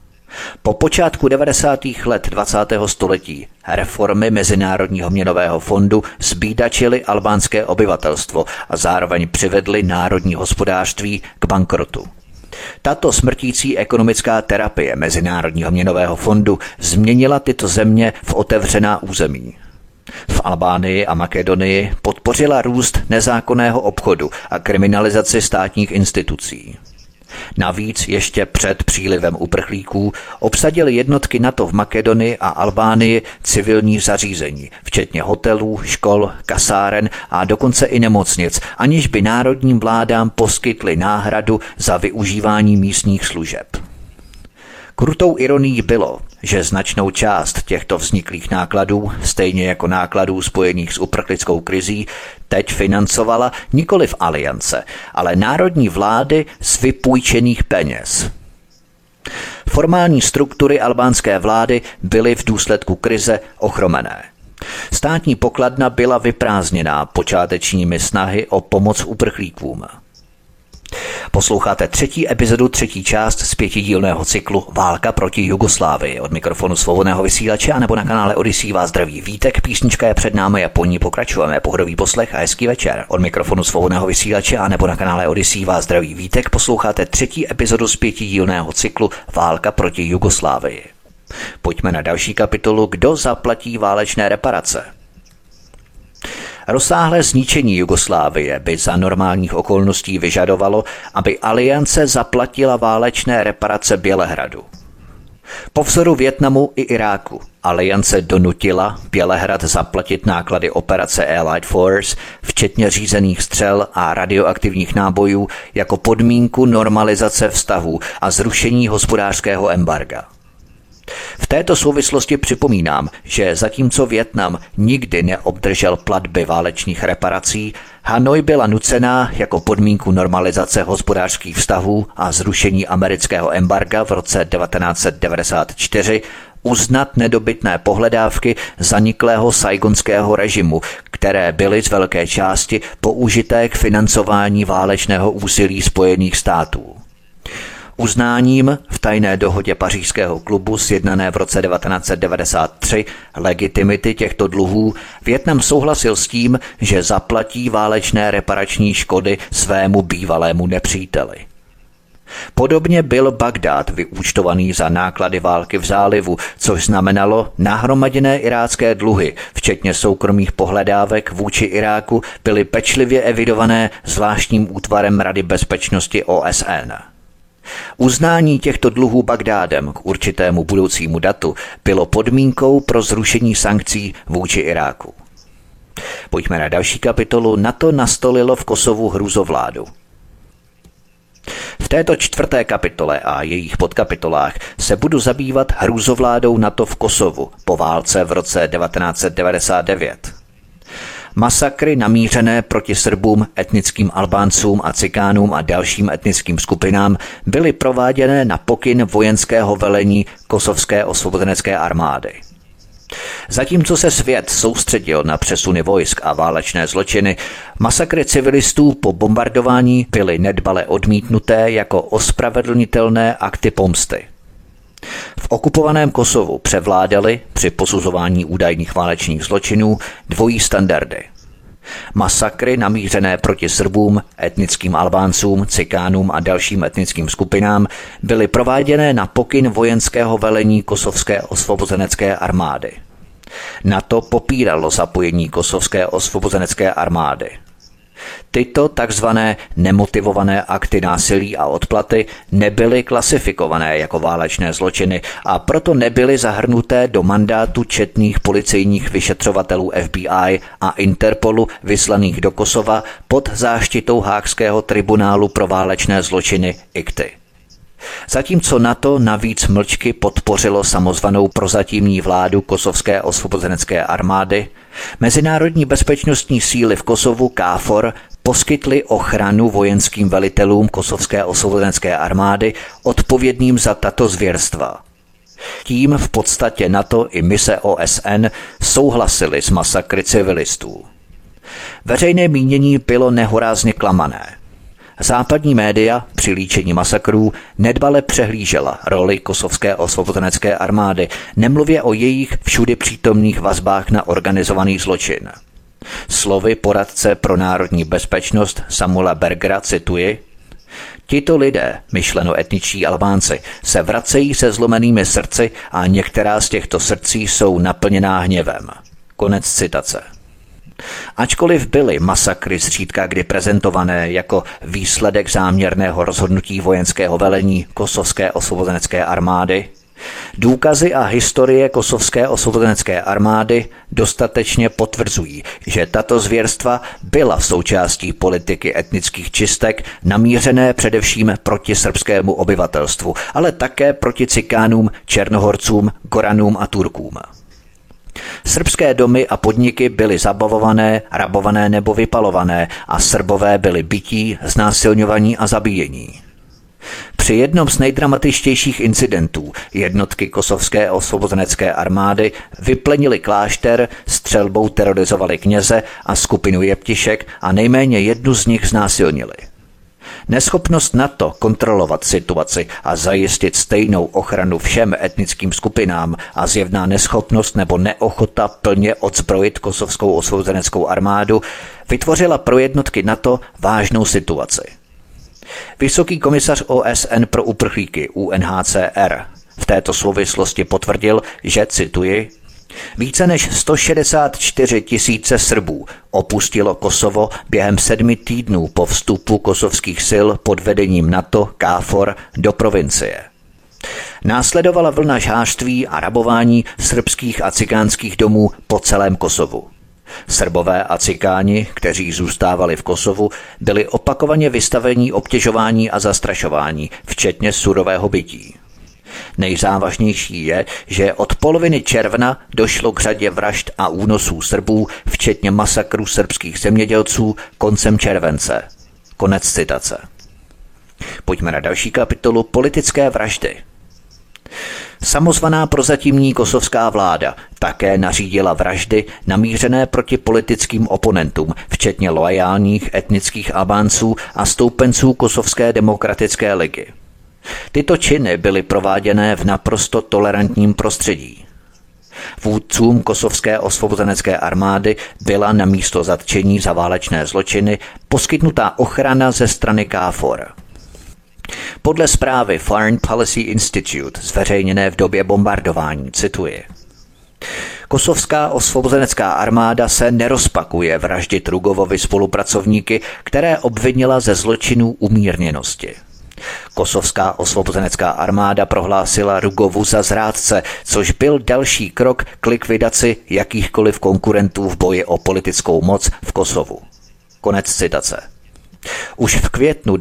Po počátku 90. let 20. století reformy Mezinárodního měnového fondu zbídačily albánské obyvatelstvo a zároveň přivedly národní hospodářství k bankrotu. Tato smrtící ekonomická terapie Mezinárodního měnového fondu změnila tyto země v otevřená území. V Albánii a Makedonii podpořila růst nezákonného obchodu a kriminalizaci státních institucí. Navíc ještě před přílivem uprchlíků obsadily jednotky NATO v Makedonii a Albánii civilní zařízení, včetně hotelů, škol, kasáren a dokonce i nemocnic, aniž by národním vládám poskytly náhradu za využívání místních služeb. Krutou ironií bylo, že značnou část těchto vzniklých nákladů, stejně jako nákladů spojených s uprchlickou krizí, teď financovala nikoliv aliance, ale národní vlády z vypůjčených peněz. Formální struktury albánské vlády byly v důsledku krize ochromené. Státní pokladna byla vyprázdněná počátečními snahy o pomoc uprchlíkům. Posloucháte třetí epizodu, třetí část z pětidílného cyklu Válka proti Jugoslávii. Od mikrofonu Svobodného vysílače a nebo na kanále Odyssey vás zdraví Vítek. Písnička je před námi a po ní pokračujeme. Pohodový poslech a hezký večer. Od mikrofonu Svobodného vysílače a nebo na kanále Odyssey vás zdraví Vítek. Posloucháte třetí epizodu z pětidílného cyklu Válka proti Jugoslávii. Pojďme na další kapitolu. Kdo zaplatí válečné reparace? Rozsáhlé zničení Jugoslávie by za normálních okolností vyžadovalo, aby Aliance zaplatila válečné reparace Bělehradu. Po vzoru Vietnamu i Iráku Aliance donutila Bělehrad zaplatit náklady operace Allied Force, včetně řízených střel a radioaktivních nábojů, jako podmínku normalizace vztahů a zrušení hospodářského embarga. V této souvislosti připomínám, že zatímco Vietnam nikdy neobdržel platby válečných reparací, Hanoj byla nucená jako podmínku normalizace hospodářských vztahů a zrušení amerického embarga v roce 1994 uznat nedobytné pohledávky zaniklého saigonského režimu, které byly z velké části použité k financování válečného úsilí Spojených států. Uznáním v tajné dohodě Pařížského klubu sjednané v roce 1993 legitimity těchto dluhů Vietnam souhlasil s tím, že zaplatí válečné reparační škody svému bývalému nepříteli. Podobně byl Bagdád vyúčtovaný za náklady války v zálivu, což znamenalo nahromaděné irácké dluhy, včetně soukromých pohledávek vůči Iráku, byly pečlivě evidované zvláštním útvarem Rady bezpečnosti OSN. Uznání těchto dluhů Bagdádem k určitému budoucímu datu bylo podmínkou pro zrušení sankcí vůči Iráku. Pojďme na další kapitolu. NATO nastolilo v Kosovu hrůzovládu. V této čtvrté kapitole a jejich podkapitolách se budu zabývat hrůzovládou NATO v Kosovu po válce v roce 1999. Masakry namířené proti Srbům, etnickým Albáncům a Cikánům a dalším etnickým skupinám byly prováděné na pokyn vojenského velení Kosovské osvobozenecké armády. Zatímco se svět soustředil na přesuny vojsk a válečné zločiny, masakry civilistů po bombardování byly nedbale odmítnuté jako ospravedlnitelné akty pomsty. V okupovaném Kosovu převládaly při posuzování údajných válečných zločinů dvojí standardy. Masakry namířené proti Srbům, etnickým Albáncům, Cikánům a dalším etnickým skupinám byly prováděné na pokyn vojenského velení Kosovské osvobozenecké armády. NATO popíralo zapojení Kosovské osvobozenecké armády. Tyto takzvané nemotivované akty násilí a odplaty nebyly klasifikované jako válečné zločiny a proto nebyly zahrnuté do mandátu četných policejních vyšetřovatelů FBI a Interpolu vyslaných do Kosova pod záštitou Haagského tribunálu pro válečné zločiny ICTY. Zatímco NATO navíc mlčky podpořilo samozvanou prozatímní vládu Kosovské osvobozenecké armády, mezinárodní bezpečnostní síly v Kosovu KFOR poskytly ochranu vojenským velitelům Kosovské osvobozenecké armády odpovědným za tato zvěrstva. Tím v podstatě NATO i mise OSN souhlasili s masakry civilistů. Veřejné mínění bylo nehorázně klamané. Západní média při líčení masakrů nedbale přehlížela roli Kosovské osvobozenecké armády, nemluvě o jejich všudy přítomných vazbách na organizovaný zločin. Slovy poradce pro národní bezpečnost Samuela Bergera cituji: Tito lidé, myšleno etničtí Albánci, se vracejí se zlomenými srdci a některá z těchto srdcí jsou naplněná hněvem. Konec citace. Ačkoliv byly masakry zřídka kdy prezentované jako výsledek záměrného rozhodnutí vojenského velení Kosovské osvobozenecké armády, důkazy a historie Kosovské osvobozenecké armády dostatečně potvrzují, že tato zvěrstva byla součástí politiky etnických čistek namířené především proti srbskému obyvatelstvu, ale také proti Cikánům, Černohorcům, Goranům a Turkům. Srbské domy a podniky byly zabavované, rabované nebo vypalované a Srbové byli bití, znásilňovaní a zabíjení. Při jednom z nejdramatičtějších incidentů jednotky Kosovské osvobozenecké armády vyplenily klášter, střelbou terorizovali kněze a skupinu jeptišek a nejméně jednu z nich znásilnili. Neschopnost NATO kontrolovat situaci a zajistit stejnou ochranu všem etnickým skupinám a zjevná neschopnost nebo neochota plně odzbrojit kosovskou osvobozeneckou armádu vytvořila pro jednotky NATO vážnou situaci. Vysoký komisař OSN pro uprchlíky UNHCR v této souvislosti potvrdil, že, cituji, více než 164 000 Srbů opustilo Kosovo během 7 týdnů po vstupu kosovských sil pod vedením NATO KFOR do provincie. Následovala vlna žhářství a rabování srbských a cikánských domů po celém Kosovu. Srbové a cikáni, kteří zůstávali v Kosovu, byli opakovaně vystaveni obtěžování a zastrašování, včetně surového bytí. Nejzávažnější je, že od poloviny června došlo k řadě vražd a únosů Srbů, včetně masakru srbských zemědělců koncem července. Konec citace. Pojďme na další kapitolu politické vraždy. Samozvaná prozatímní kosovská vláda také nařídila vraždy namířené proti politickým oponentům, včetně loajálních etnických Albánců a stoupenců Kosovské demokratické ligy. Tyto činy byly prováděné v naprosto tolerantním prostředí. Vůdcům kosovské osvobozenecké armády byla na místo zatčení za válečné zločiny poskytnutá ochrana ze strany KFOR. Podle zprávy Foreign Policy Institute zveřejněné v době bombardování, cituji, kosovská osvobozenecká armáda se nerozpakuje vraždit Rugovovi spolupracovníky, které obvinila ze zločinů umírněnosti. Kosovská osvobozenecká armáda prohlásila Rugovu za zrádce, což byl další krok k likvidaci jakýchkoliv konkurentů v boji o politickou moc v Kosovu. Konec citace. Už v květnu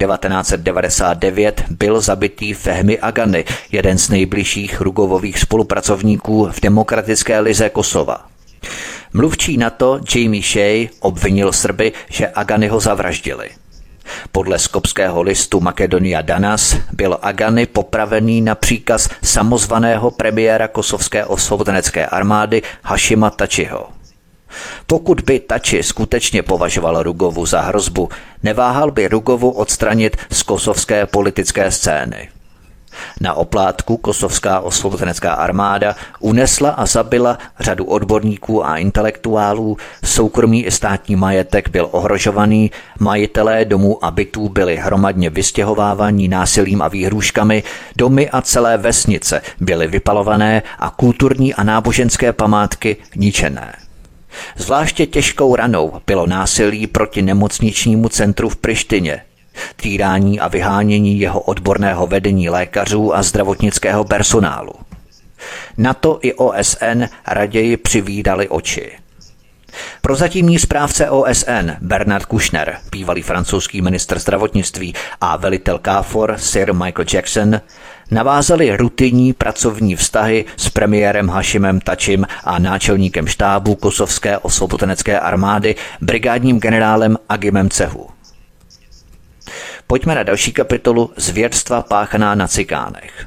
1999 byl zabitý Fehmi Agani, jeden z nejbližších Rugovových spolupracovníků v Demokratické lize Kosova. Mluvčí NATO Jamie Shea obvinil Srby, že Aganiho zavraždili. Podle skopského listu Makedonia Danas byl Agani popravený na příkaz samozvaného premiéra kosovské osvobozenecké armády Hašima Tačiho. Pokud by Tači skutečně považoval Rugovu za hrozbu, neváhal by Rugovu odstranit z kosovské politické scény. Na oplátku kosovská osvobozenecká armáda unesla a zabila řadu odborníků a intelektuálů, soukromý i státní majetek byl ohrožovaný, majitelé domů a bytů byli hromadně vystěhovávaní násilím a výhrůžkami, domy a celé vesnice byly vypalované a kulturní a náboženské památky ničené. Zvláště těžkou ranou bylo násilí proti nemocničnímu centru v Prištině, týrání a vyhánění jeho odborného vedení lékařů a zdravotnického personálu. NATO i OSN raději přivídali oči. Prozatímní správce OSN Bernard Kouchner, bývalý francouzský ministr zdravotnictví a velitel KFOR Sir Michael Jackson, navázali rutinní pracovní vztahy s premiérem Hašimem Tačim a náčelníkem štábu kosovské osvobozenecké armády brigádním generálem Agimem Cehu. Pojďme na další kapitolu zvěrstva páchaná na cikánech.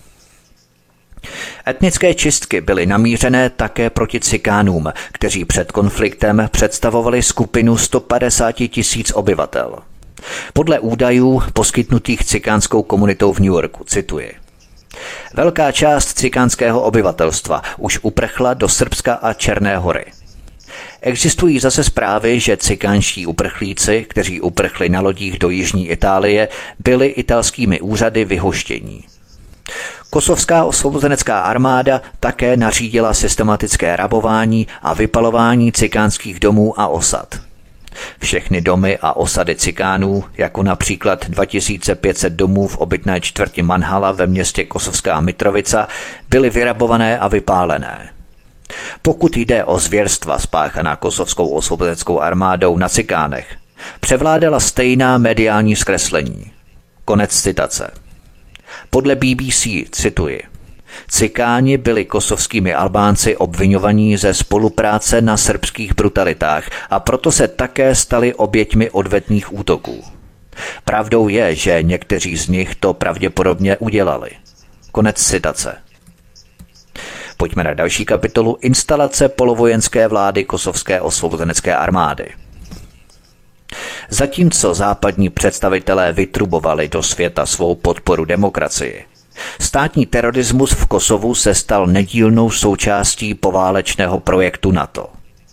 Etnické čistky byly namířené také proti cikánům, kteří před konfliktem představovali skupinu 150 000 obyvatel. Podle údajů poskytnutých cikánskou komunitou v New Yorku, cituji, velká část cikánského obyvatelstva už uprchla do Srbska a Černé Hory. Existují zase zprávy, že cikánští uprchlíci, kteří uprchli na lodích do jižní Itálie, byli italskými úřady vyhoštění. Kosovská osvobozenecká armáda také nařídila systematické rabování a vypalování cikánských domů a osad. Všechny domy a osady cikánů, jako například 2500 domů v obytné čtvrti Manhala ve městě Kosovská Mitrovica, byly vyrabované a vypálené. Pokud jde o zvěrstva spáchaná kosovskou osvobozeneckou armádou na cikánech, převládala stejná mediální zkreslení. Konec citace. Podle BBC, cituji, cikáni byli kosovskými Albánci obviňovaní ze spolupráce na srbských brutalitách a proto se také stali oběťmi odvetných útoků. Pravdou je, že někteří z nich to pravděpodobně udělali. Konec citace. Pojďme na další kapitolu instalace polovojenské vlády kosovské osvobozenecké armády. Zatímco západní představitelé vytrubovali do světa svou podporu demokracii, státní terorismus v Kosovu se stal nedílnou součástí poválečného projektu NATO.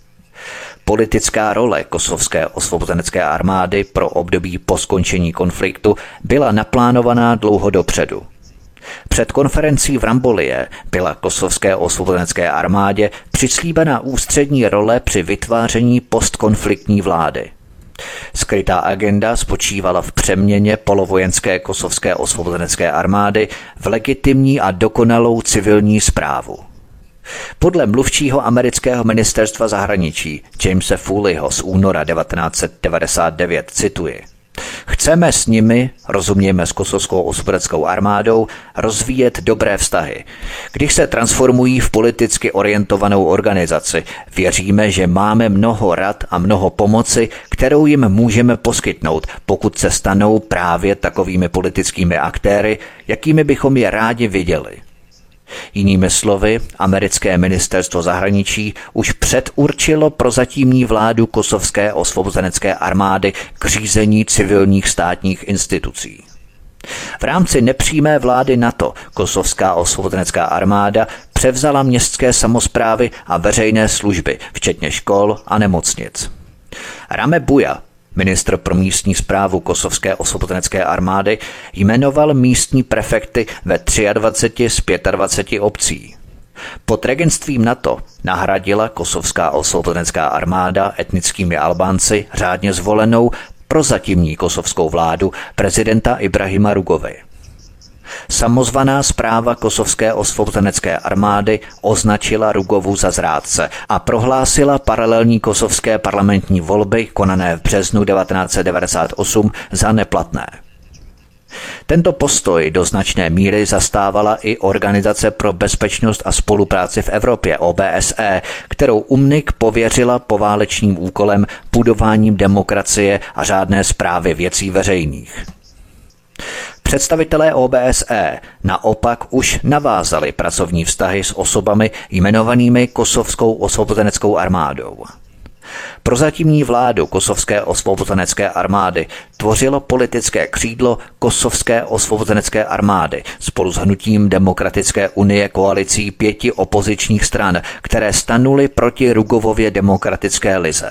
Politická role kosovské osvobozenecké armády pro období po skončení konfliktu byla naplánovaná dlouho dopředu. Před konferencí v Rambolie byla kosovské osvobozenecké armádě přislíbena ústřední role při vytváření postkonfliktní vlády. Skrytá agenda spočívala v přeměně polovojenské kosovské osvobozenecké armády v legitimní a dokonalou civilní správu. Podle mluvčího amerického ministerstva zahraničí Jamese Foleyho z února 1999 cituji: Chceme s nimi, rozumějme s kosovskou osvobodeckou armádou, rozvíjet dobré vztahy. Když se transformují v politicky orientovanou organizaci, věříme, že máme mnoho rad a mnoho pomoci, kterou jim můžeme poskytnout, pokud se stanou právě takovými politickými aktéry, jakými bychom je rádi viděli. Jinými slovy, americké ministerstvo zahraničí už předurčilo prozatímní vládu kosovské osvobozenecké armády k řízení civilních státních institucí. V rámci nepřímé vlády NATO kosovská osvobozenecká armáda převzala městské samosprávy a veřejné služby, včetně škol a nemocnic. Rame Buja, ministr pro místní správu kosovské osvobozenecké armády, jmenoval místní prefekty ve 23 z 25 obcí. Pod regentstvím NATO nahradila kosovská osvobozenecká armáda etnickými Albánci řádně zvolenou prozatímní kosovskou vládu prezidenta Ibrahima Rugovy. Samozvaná správa kosovské osvobozenecké armády označila Rugovu za zrádce a prohlásila paralelní kosovské parlamentní volby konané v březnu 1998 za neplatné. Tento postoj do značné míry zastávala i Organizace pro bezpečnost a spolupráci v Evropě OBSE, kterou UNMIK pověřila poválečným úkolem budováním demokracie a řádné správy věcí veřejných. Představitelé OBSE naopak už navázali pracovní vztahy s osobami jmenovanými kosovskou osvobozeneckou armádou. Prozatímní vládu kosovské osvobozenecké armády tvořilo politické křídlo kosovské osvobozenecké armády spolu s hnutím Demokratické unie koalicí 5 opozičních stran, které stanuly proti Rugovově demokratické lize.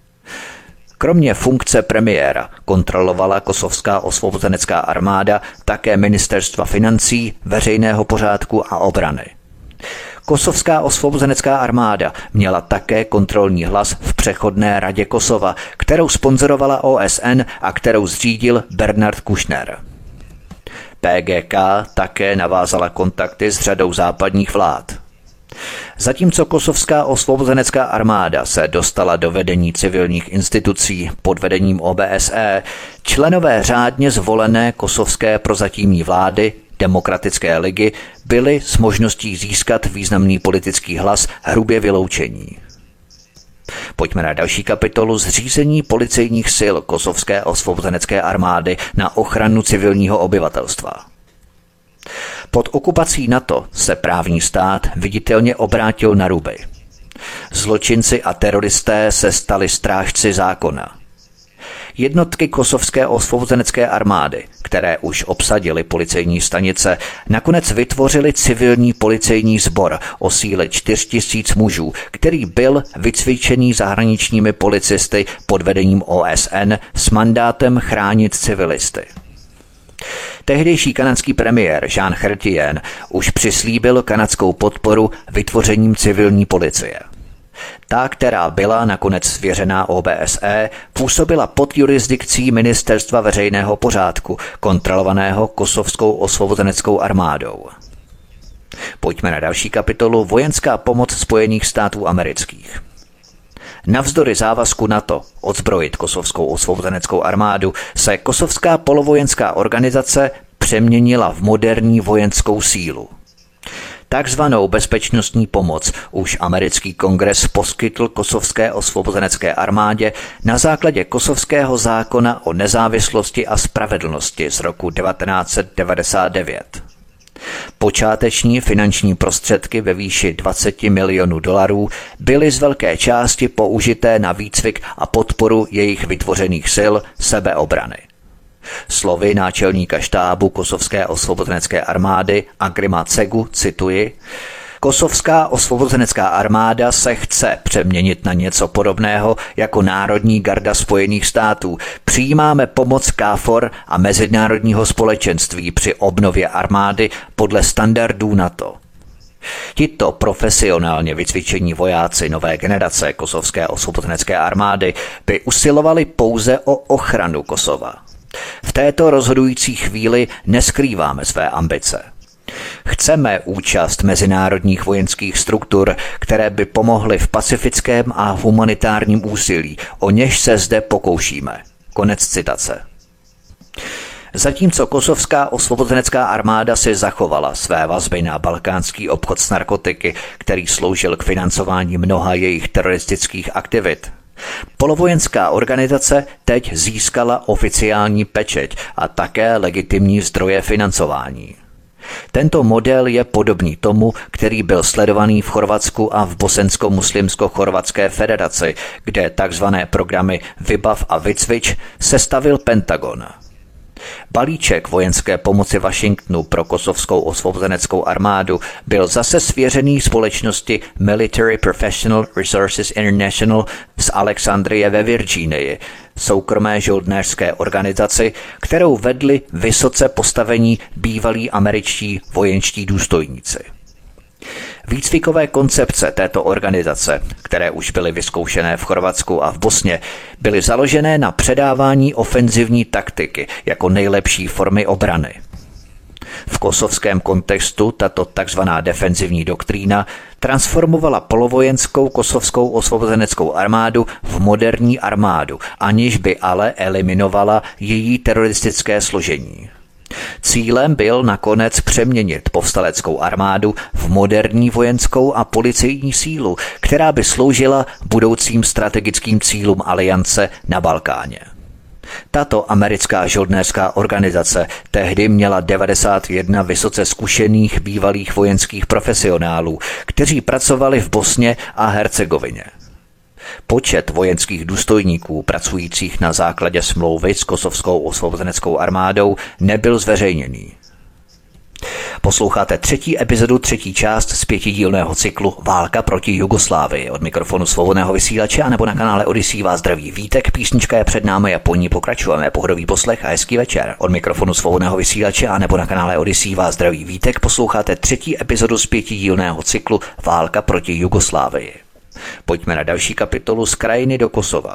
Kromě funkce premiéra kontrolovala kosovská osvobozenecká armáda také ministerstva financí, veřejného pořádku a obrany. Kosovská osvobozenecká armáda měla také kontrolní hlas v přechodné radě Kosova, kterou sponzorovala OSN a kterou zřídil Bernard Kouchner. PGK také navázala kontakty s řadou západních vlád. Zatímco kosovská osvobozenecká armáda se dostala do vedení civilních institucí pod vedením OBSE, členové řádně zvolené kosovské prozatímní vlády Demokratické ligy byli s možností získat významný politický hlas hrubě vyloučení. Pojďme na další kapitolu zřízení policejních sil kosovské osvobozenecké armády na ochranu civilního obyvatelstva. Pod okupací NATO se právní stát viditelně obrátil na ruby. Zločinci a teroristé se stali strážci zákona. Jednotky kosovské osvobozenecké armády, které už obsadily policejní stanice, nakonec vytvořili civilní policejní sbor o síle 4 000 mužů, který byl vycvičený zahraničními policisty pod vedením OSN s mandátem chránit civilisty. Tehdejší kanadský premiér Jean Chrétien už přislíbil kanadskou podporu vytvořením civilní policie. Ta, která byla nakonec svěřená OBSE, působila pod jurisdikcí Ministerstva veřejného pořádku, kontrolovaného kosovskou osvobozeneckou armádou. Pojďme na další kapitolu Vojenská pomoc Spojených států amerických. Navzdory závazku NATO odzbrojit kosovskou osvobozeneckou armádu se kosovská polovojenská organizace přeměnila v moderní vojenskou sílu. Takzvanou bezpečnostní pomoc už americký kongres poskytl kosovské osvobozenecké armádě na základě kosovského zákona o nezávislosti a spravedlnosti z roku 1999. Počáteční finanční prostředky ve výši $20 milionů byly z velké části použité na výcvik a podporu jejich vytvořených sil sebeobrany. Slovy náčelníka štábu kosovské osvobozenecké armády Agrima Cegu cituji: Kosovská osvobozenecká armáda se chce přeměnit na něco podobného jako Národní garda Spojených států. Přijímáme pomoc KFOR a mezinárodního společenství při obnově armády podle standardů NATO. Tito profesionálně vycvičení vojáci nové generace kosovské osvobozenecké armády by usilovali pouze o ochranu Kosova. V této rozhodující chvíli neskrýváme své ambice. Chceme účast mezinárodních vojenských struktur, které by pomohly v pacifickém a humanitárním úsilí, o něž se zde pokoušíme. Konec citace. Zatímco kosovská osvobozenecká armáda si zachovala své vazby na balkánský obchod s narkotiky, který sloužil k financování mnoha jejich teroristických aktivit, polovojenská organizace teď získala oficiální pečeť a také legitimní zdroje financování. Tento model je podobný tomu, který byl sledovaný v Chorvatsku a v Bosensko-muslimsko-chorvatské federaci, kde tzv. Programy Vybav a Vycvič sestavil Pentagon. Balíček vojenské pomoci Washingtonu pro kosovskou osvobozeneckou armádu byl zase svěřený společnosti Military Professional Resources International z Alexandrie ve Virginii, soukromé žoldnéřské organizaci, kterou vedli vysoce postavení bývalí američtí vojenští důstojníci. Výcvikové koncepce této organizace, které už byly vyzkoušené v Chorvatsku a v Bosně, byly založené na předávání ofenzivní taktiky jako nejlepší formy obrany. V kosovském kontextu tato tzv. Defenzivní doktrína transformovala polovojenskou kosovskou osvobozeneckou armádu v moderní armádu, aniž by ale eliminovala její teroristické složení. Cílem byl nakonec přeměnit povstaleckou armádu v moderní vojenskou a policejní sílu, která by sloužila budoucím strategickým cílům aliance na Balkáně. Tato americká žoldnéřská organizace tehdy měla 91 vysoce zkušených bývalých vojenských profesionálů, kteří pracovali v Bosně a Hercegovině. Počet vojenských důstojníků pracujících na základě smlouvy s kosovskou osvobozeneckou armádou nebyl zveřejněný. Posloucháte třetí epizodu, třetí část z 5dílného cyklu Válka proti Jugoslávii. Od mikrofonu Svobodného vysílače a nebo na kanále Odyssey vás zdraví Vítek, písnička je před námi a po ní pokračujeme. Pohodový poslech a hezký večer. Od mikrofonu Svobodného vysílače a nebo na kanále Odyssey vás zdraví Vítek, posloucháte třetí epizodu z 5dílného cyklu Válka proti Jugoslávii. Pojďme na další kapitolu z krajiny do Kosova.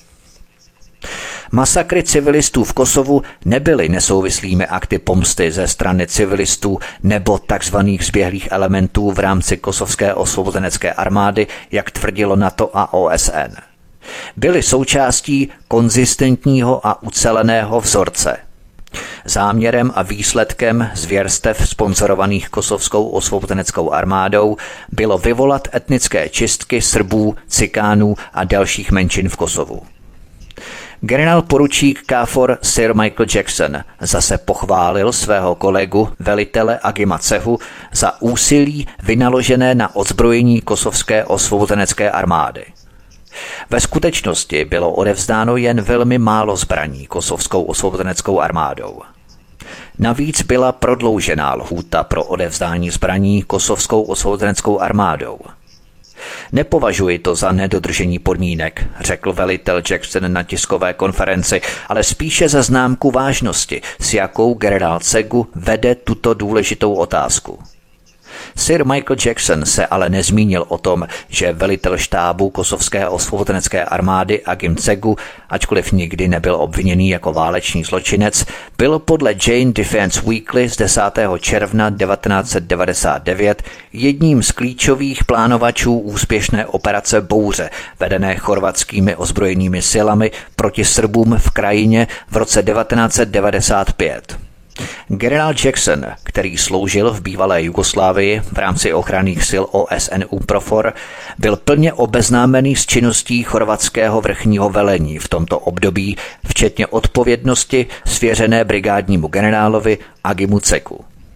Masakry civilistů v Kosovu nebyly nesouvislými akty pomsty ze strany civilistů nebo takzvaných zběhlých elementů v rámci kosovské osvobozenecké armády, jak tvrdilo NATO a OSN. Byly součástí konzistentního a uceleného vzorce. Záměrem a výsledkem zvěrstev sponzorovaných kosovskou osvobozeneckou armádou bylo vyvolat etnické čistky Srbů, Cikánů a dalších menšin v Kosovu. Generál poručík KFOR Sir Michael Jackson zase pochválil svého kolegu velitele Agima Cehu za úsilí vynaložené na odzbrojení kosovské osvobozenecké armády. Ve skutečnosti bylo odevzdáno jen velmi málo zbraní kosovskou osvobozeneckou armádou. Navíc byla prodloužená lhůta pro odevzdání zbraní kosovskou osvobozeneckou armádou. Nepovažuji to za nedodržení podmínek, řekl velitel Jackson na tiskové konferenci, ale spíše za známku vážnosti, s jakou generál Cegu vede tuto důležitou otázku. Sir Michael Jackson se ale nezmínil o tom, že velitel štábu kosovské osvobozenecké armády Agim Cegu, ačkoliv nikdy nebyl obviněný jako válečný zločinec, byl podle Jane Defense Weekly z 10. června 1999 jedním z klíčových plánovačů úspěšné operace Bouře, vedené chorvatskými ozbrojenými silami proti Srbům v krajině v roce 1995. Generál Jackson, který sloužil v bývalé Jugoslávii v rámci ochranných sil OSN UNPROFOR, byl plně obeznámený s činností chorvatského vrchního velení v tomto období, včetně odpovědnosti svěřené brigádnímu generálovi Agimu Ceku.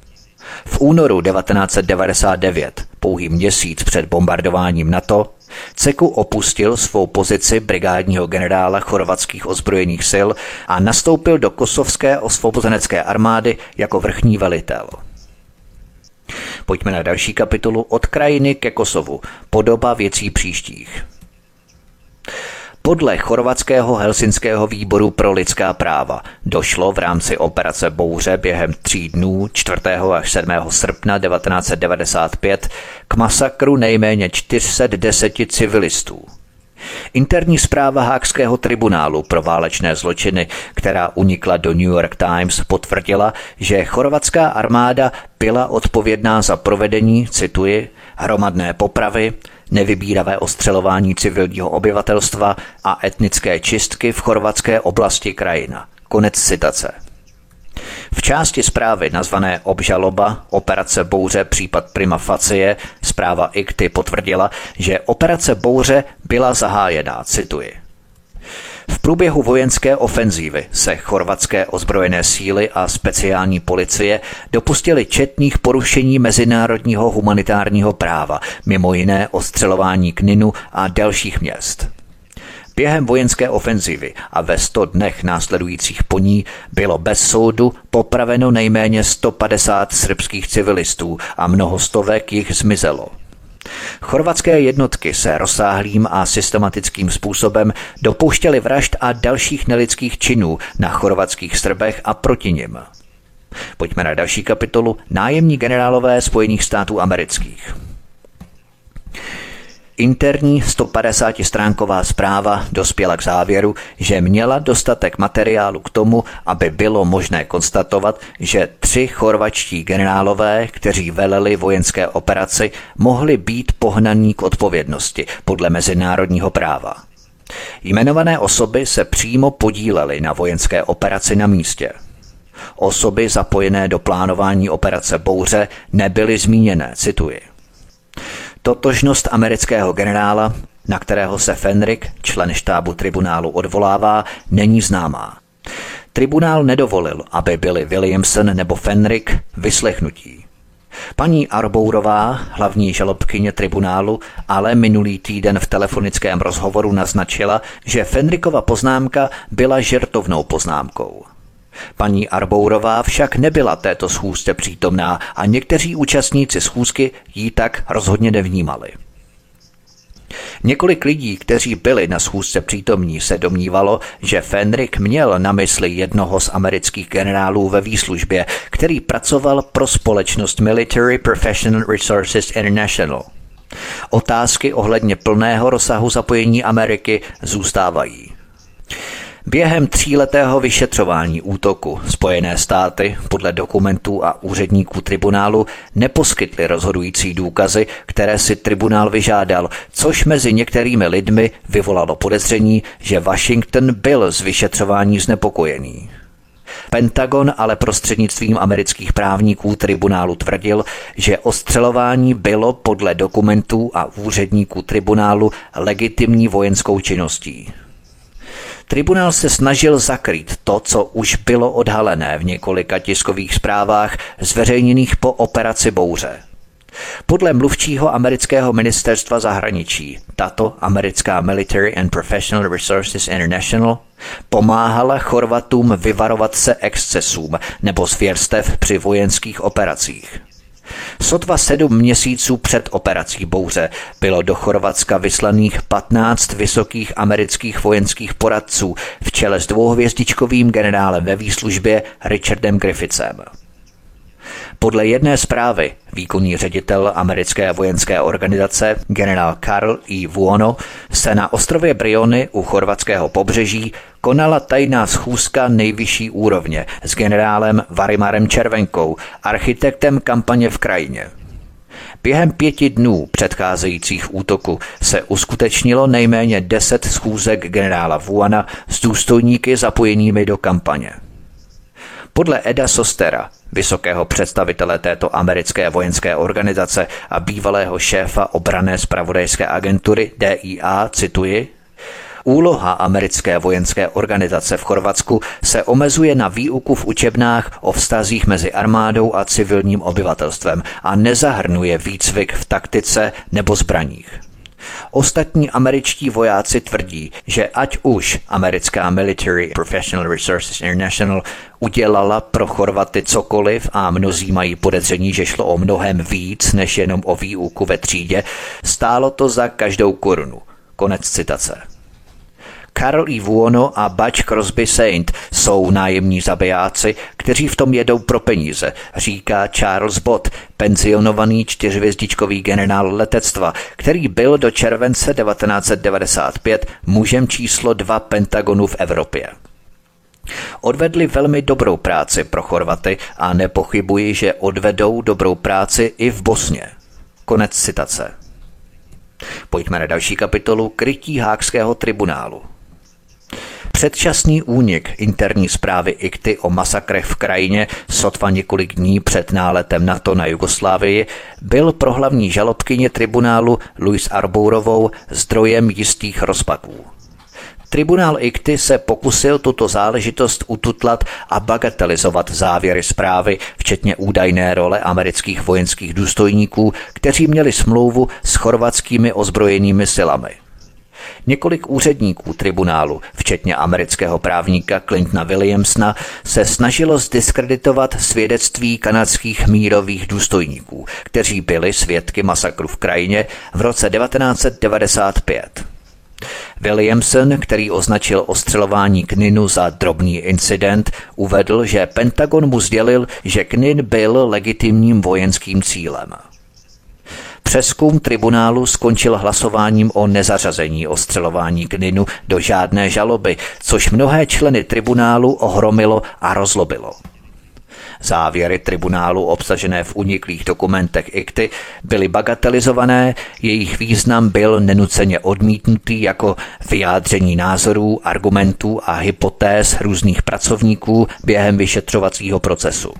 V únoru 1999, pouhý měsíc před bombardováním NATO, Ceku opustil svou pozici brigádního generála chorvatských ozbrojených sil a nastoupil do kosovské osvobozenecké armády jako vrchní velitel. Pojďme na další kapitolu Od krajiny ke Kosovu. Podoba věcí příštích. Podle chorvatského Helsinského výboru pro lidská práva došlo v rámci operace Bouře během 3 dnů 4. až 7. srpna 1995 k masakru nejméně 410 civilistů. Interní zpráva Haagského tribunálu pro válečné zločiny, která unikla do New York Times, potvrdila, že chorvatská armáda byla odpovědná za provedení, cituji, hromadné popravy, nevybíravé ostřelování civilního obyvatelstva a etnické čistky v chorvatské oblasti krajina. Konec citace. V části zprávy nazvané Obžaloba, operace Bouře, případ prima facie, zpráva ICTY potvrdila, že operace Bouře byla zahájena, cituji. V průběhu vojenské ofenzívy se chorvatské ozbrojené síly a speciální policie dopustily četných porušení mezinárodního humanitárního práva, mimo jiné ostřelování Kninu a dalších měst. Během vojenské ofenzívy a ve 100 dnech následujících po ní bylo bez soudu popraveno nejméně 150 srbských civilistů a mnoho stovek jich zmizelo. Chorvatské jednotky se rozsáhlým a systematickým způsobem dopouštěly vražd a dalších nelidských činů na chorvatských Srbech a proti nim. Pojďme na další kapitolu Nájemní generálové Spojených států amerických. Interní 150stránková zpráva dospěla k závěru, že měla dostatek materiálu k tomu, aby bylo možné konstatovat, že 3 chorvatští generálové, kteří veleli vojenské operaci, mohli být pohnaní k odpovědnosti podle mezinárodního práva. Jmenované osoby se přímo podílely na vojenské operaci na místě. Osoby zapojené do plánování operace Bouře nebyly zmíněné, cituji. Totožnost amerického generála, na kterého se Fenrick, člen štábu tribunálu, odvolává, není známá. Tribunál nedovolil, aby byli Williamson nebo Fenrick vyslechnutí. Paní Arbourová, hlavní žalobkyně tribunálu, ale minulý týden v telefonickém rozhovoru naznačila, že Fenrickova poznámka byla žertovnou poznámkou. Paní Arbourová však nebyla této schůzce přítomná a někteří účastníci schůzky ji tak rozhodně nevnímali. Několik lidí, kteří byli na schůzce přítomní, se domnívalo, že Fenrick měl na mysli jednoho z amerických generálů ve výslužbě, který pracoval pro společnost Military Professional Resources International. Otázky ohledně plného rozsahu zapojení Ameriky zůstávají. Během 3letého vyšetřování útoku Spojené státy podle dokumentů a úředníků tribunálu neposkytly rozhodující důkazy, které si tribunál vyžádal, což mezi některými lidmi vyvolalo podezření, že Washington byl z vyšetřování znepokojený. Pentagon ale prostřednictvím amerických právníků tribunálu tvrdil, že ostřelování bylo podle dokumentů a úředníků tribunálu legitimní vojenskou činností. Tribunál se snažil zakrýt to, co už bylo odhalené v několika tiskových zprávách zveřejněných po operaci Bouře. Podle mluvčího amerického ministerstva zahraničí tato americká Military and Professional Resources International pomáhala Chorvatům vyvarovat se excesům nebo zvěrstev při vojenských operacích. Sotva 7 měsíců před operací Bouře bylo do Chorvatska vyslaných 15 vysokých amerických vojenských poradců v čele s 2hvězdičkovým generálem ve výslužbě Richardem Griffithsem. Podle jedné zprávy výkonný ředitel americké vojenské organizace generál Karl E. Vuono se na ostrově Briony u chorvatského pobřeží konala tajná schůzka nejvyšší úrovně s generálem Varimarem Červenkou, architektem kampaně v krajině. Během 5 dnů předcházejících útoku se uskutečnilo nejméně 10 schůzek generála Vuona s důstojníky zapojenými do kampaně. Podle Eda Sostera, vysokého představitele této americké vojenské organizace a bývalého šéfa obranné zpravodajské agentury DIA, cituji, Úloha americké vojenské organizace v Chorvatsku se omezuje na výuku v učebnách o vztazích mezi armádou a civilním obyvatelstvem a nezahrnuje výcvik v taktice nebo zbraních. Ostatní američtí vojáci tvrdí, že ať už americká Military Professional Resources International udělala pro Chorvaty cokoliv a mnozí mají podezření, že šlo o mnohem víc než jenom o výuku ve třídě, stálo to za každou korunu. Konec citace. Karl E. Vuono a Butch Crosby Saint jsou nájemní zabijáci, kteří v tom jedou pro peníze, říká Charles Bott, penzionovaný 4hvězdičkový generál letectva, který byl do července 1995 mužem číslo 2 Pentagonu v Evropě. Odvedli velmi dobrou práci pro Chorvaty a nepochybuji, že odvedou dobrou práci i v Bosně. Konec citace. Pojďme na další kapitolu krytí Haagského tribunálu. Předčasný únik interní zprávy ICTY o masakrech v krajině sotva několik dní před náletem NATO na Jugoslávii byl pro hlavní žalobkyně tribunálu Louise Arbourovou zdrojem jistých rozpaků. Tribunál ICTY se pokusil tuto záležitost ututlat a bagatelizovat závěry zprávy, včetně údajné role amerických vojenských důstojníků, kteří měli smlouvu s chorvatskými ozbrojenými silami. Několik úředníků tribunálu, včetně amerického právníka Clintona Williamsona, se snažilo zdiskreditovat svědectví kanadských mírových důstojníků, kteří byli svědky masakru v krajině v roce 1995. Williamson, který označil ostřelování Kninu za drobný incident, uvedl, že Pentagon mu sdělil, že Knin byl legitimním vojenským cílem. Přezkum tribunálu skončil hlasováním o nezařazení ostřelování Kninu do žádné žaloby, což mnohé členy tribunálu ohromilo a rozlobilo. Závěry tribunálu obsažené v uniklých dokumentech ICTY byly bagatelizované, jejich význam byl nenuceně odmítnutý jako vyjádření názorů, argumentů a hypotéz různých pracovníků během vyšetřovacího procesu.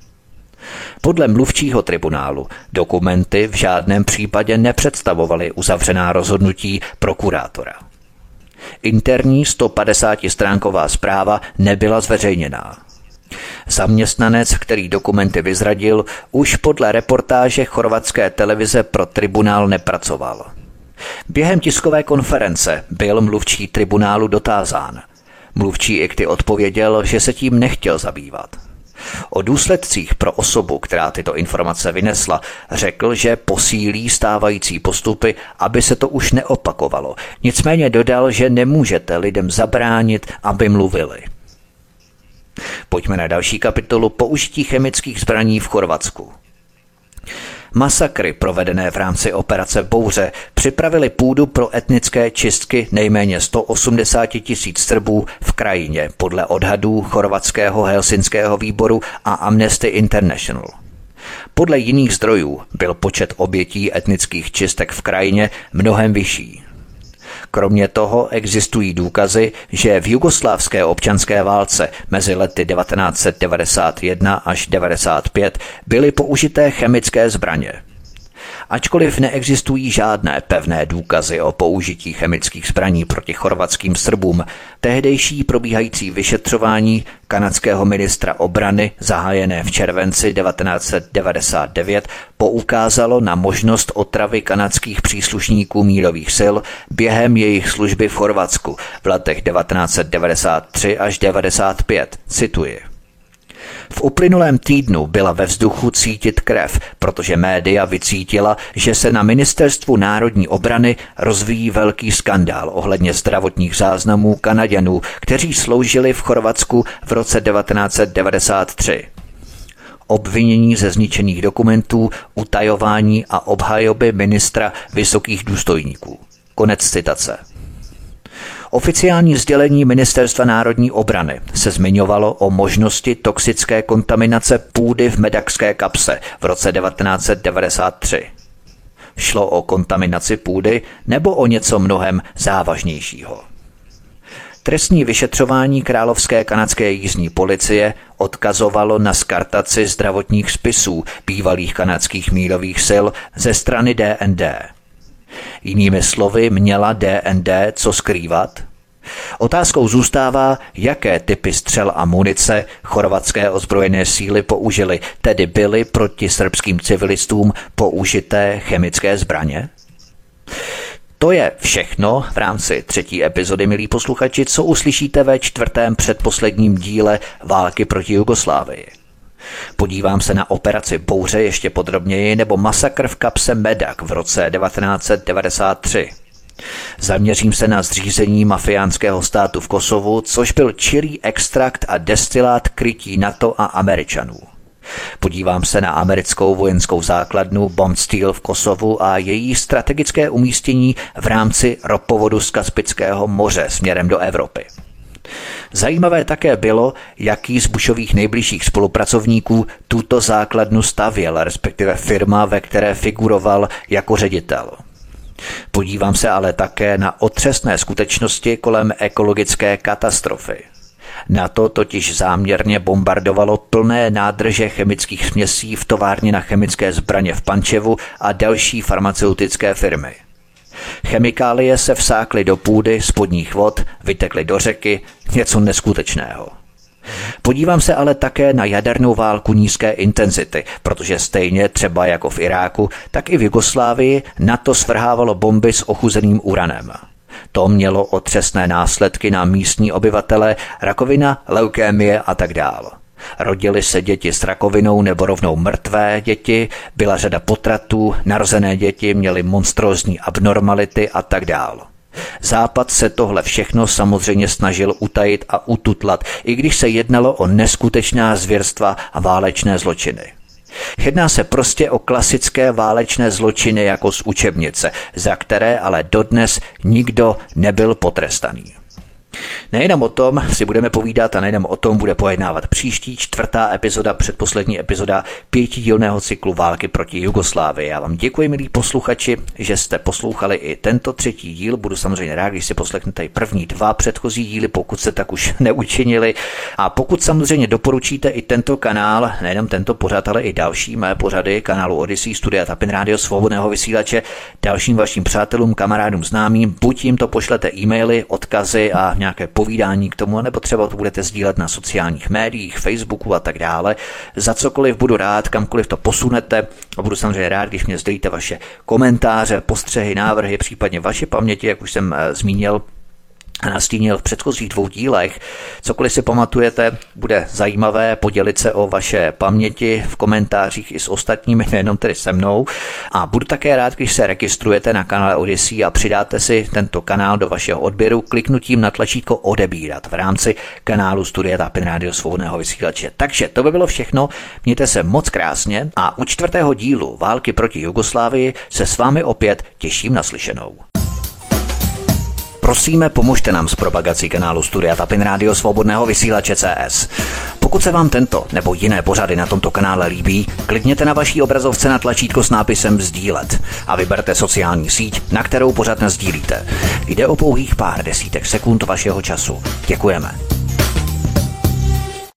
Podle mluvčího tribunálu dokumenty v žádném případě nepředstavovaly uzavřená rozhodnutí prokurátora. Interní 150stránková zpráva nebyla zveřejněná. Zaměstnanec, který dokumenty vyzradil, už podle reportáže chorvatské televize pro tribunál nepracoval. Během tiskové konference byl mluvčí tribunálu dotázán. Mluvčí ICTY odpověděl, že se tím nechtěl zabývat. O důsledcích pro osobu, která tyto informace vynesla, řekl, že posílí stávající postupy, aby se to už neopakovalo. Nicméně dodal, že nemůžete lidem zabránit, aby mluvili. Pojďme na další kapitolu použití chemických zbraní v Chorvatsku. Masakry provedené v rámci operace Bouře připravily půdu pro etnické čistky nejméně 180 000 Srbů v krajině podle odhadů chorvatského Helsinského výboru a Amnesty International. Podle jiných zdrojů byl počet obětí etnických čistek v krajině mnohem vyšší. Kromě toho existují důkazy, že v jugoslávské občanské válce mezi lety 1991 až 1995 byly použité chemické zbraně. Ačkoliv neexistují žádné pevné důkazy o použití chemických zbraní proti chorvatským Srbům, tehdejší probíhající vyšetřování kanadského ministra obrany zahájené v červenci 1999 poukázalo na možnost otravy kanadských příslušníků mírových sil během jejich služby v Chorvatsku v letech 1993 až 1995. Cituji. V uplynulém týdnu byla ve vzduchu cítit krev, protože média vycítila, že se na Ministerstvu národní obrany rozvíjí velký skandál ohledně zdravotních záznamů Kanaďanů, kteří sloužili v Chorvatsku v roce 1993. Obvinění ze zničených dokumentů, utajování a obhajoby ministra vysokých důstojníků. Konec citace. Oficiální sdělení Ministerstva národní obrany se zmiňovalo o možnosti toxické kontaminace půdy v Medakské kapse v roce 1993. Šlo o kontaminaci půdy nebo o něco mnohem závažnějšího. Trestní vyšetřování královské kanadské jízdní policie odkazovalo na skartaci zdravotních spisů bývalých kanadských mírových sil ze strany DND. Jinými slovy, měla DND co skrývat? Otázkou zůstává, jaké typy střel a munice chorvatské ozbrojené síly použily, tedy byly proti srbským civilistům použité chemické zbraně? To je všechno v rámci 3. epizody, milí posluchači, co uslyšíte ve 4. předposledním díle Války proti Jugoslávii. Podívám se na operaci Bouře ještě podrobněji nebo masakr v kapse Medak v roce 1993. Zaměřím se na zřízení mafiánského státu v Kosovu, což byl čirý extrakt a destilát krytí NATO a Američanů. Podívám se na americkou vojenskou základnu Bondsteel v Kosovu a její strategické umístění v rámci ropovodu z Kaspického moře směrem do Evropy. Zajímavé také bylo, jaký z Bushových nejbližších spolupracovníků tuto základnu stavěl, respektive firma, ve které figuroval jako ředitel. Podívám se ale také na otřesné skutečnosti kolem ekologické katastrofy. NATO totiž záměrně bombardovalo plné nádrže chemických směsí v továrně na chemické zbraně v Pančevu a další farmaceutické firmy. Chemikálie se vsákly do půdy, spodních vod, vytekly do řeky, něco neskutečného. Podívám se ale také na jadernou válku nízké intenzity, protože stejně třeba jako v Iráku, tak i v Jugoslávii NATO svrhávalo bomby s ochuzeným uranem. To mělo otřesné následky na místní obyvatele, rakovina, leukémie a tak dál. Rodily se děti s rakovinou nebo rovnou mrtvé děti, byla řada potratů, narozené děti měly monstrózní abnormality a tak dál. Západ se tohle všechno samozřejmě snažil utajit a ututlat, i když se jednalo o neskutečná zvěrstva a válečné zločiny. Jedná se prostě o klasické válečné zločiny jako z učebnice, za které ale dodnes nikdo nebyl potrestaný. Nejenom o tom si budeme povídat a nejenom o tom bude pojednávat příští 4. epizoda, předposlední epizoda 5dílného cyklu Války proti Jugoslávii. Já vám děkuji, milí posluchači, že jste poslouchali i tento 3. díl. Budu samozřejmě rád, když si poslechnete i první 2 předchozí díly, pokud se tak už neučinili. A pokud samozřejmě doporučíte i tento kanál, nejenom tento pořad, ale i další mé pořady kanálu Odyssey, Studia Tapin Radio, Svobodného vysílače, dalším vašim přátelům, kamarádům, známým, buď jim to pošlete e-maily, odkazy a nějaké povídání k tomu, nebo třeba to budete sdílet na sociálních médiích, Facebooku a tak dále. Za cokoliv budu rád, kamkoliv to posunete a budu samozřejmě rád, když mě sdělíte vaše komentáře, postřehy, návrhy, případně vaše paměti, jak už jsem zmínil a nastínil v předchozích 2 dílech. Cokoliv si pamatujete, bude zajímavé podělit se o vaše paměti v komentářích i s ostatními, nejenom tedy se mnou. A budu také rád, když se registrujete na kanále Odyssey a přidáte si tento kanál do vašeho odběru kliknutím na tlačítko odebírat v rámci kanálu Studia Tapin Radio Svobodného vysílače. Takže to by bylo všechno, mějte se moc krásně a u 4. dílu Války proti Jugoslávii se s vámi opět těším na slyšenou. Prosíme, pomožte nám s propagací kanálu Studia Tapin Radio Svobodného vysílače CS. Pokud se vám tento nebo jiné pořady na tomto kanále líbí, klikněte na vaší obrazovce na tlačítko s nápisem sdílet a vyberte sociální síť, na kterou pořad nasdílíte. Jde o pouhých pár desítek sekund vašeho času. Děkujeme.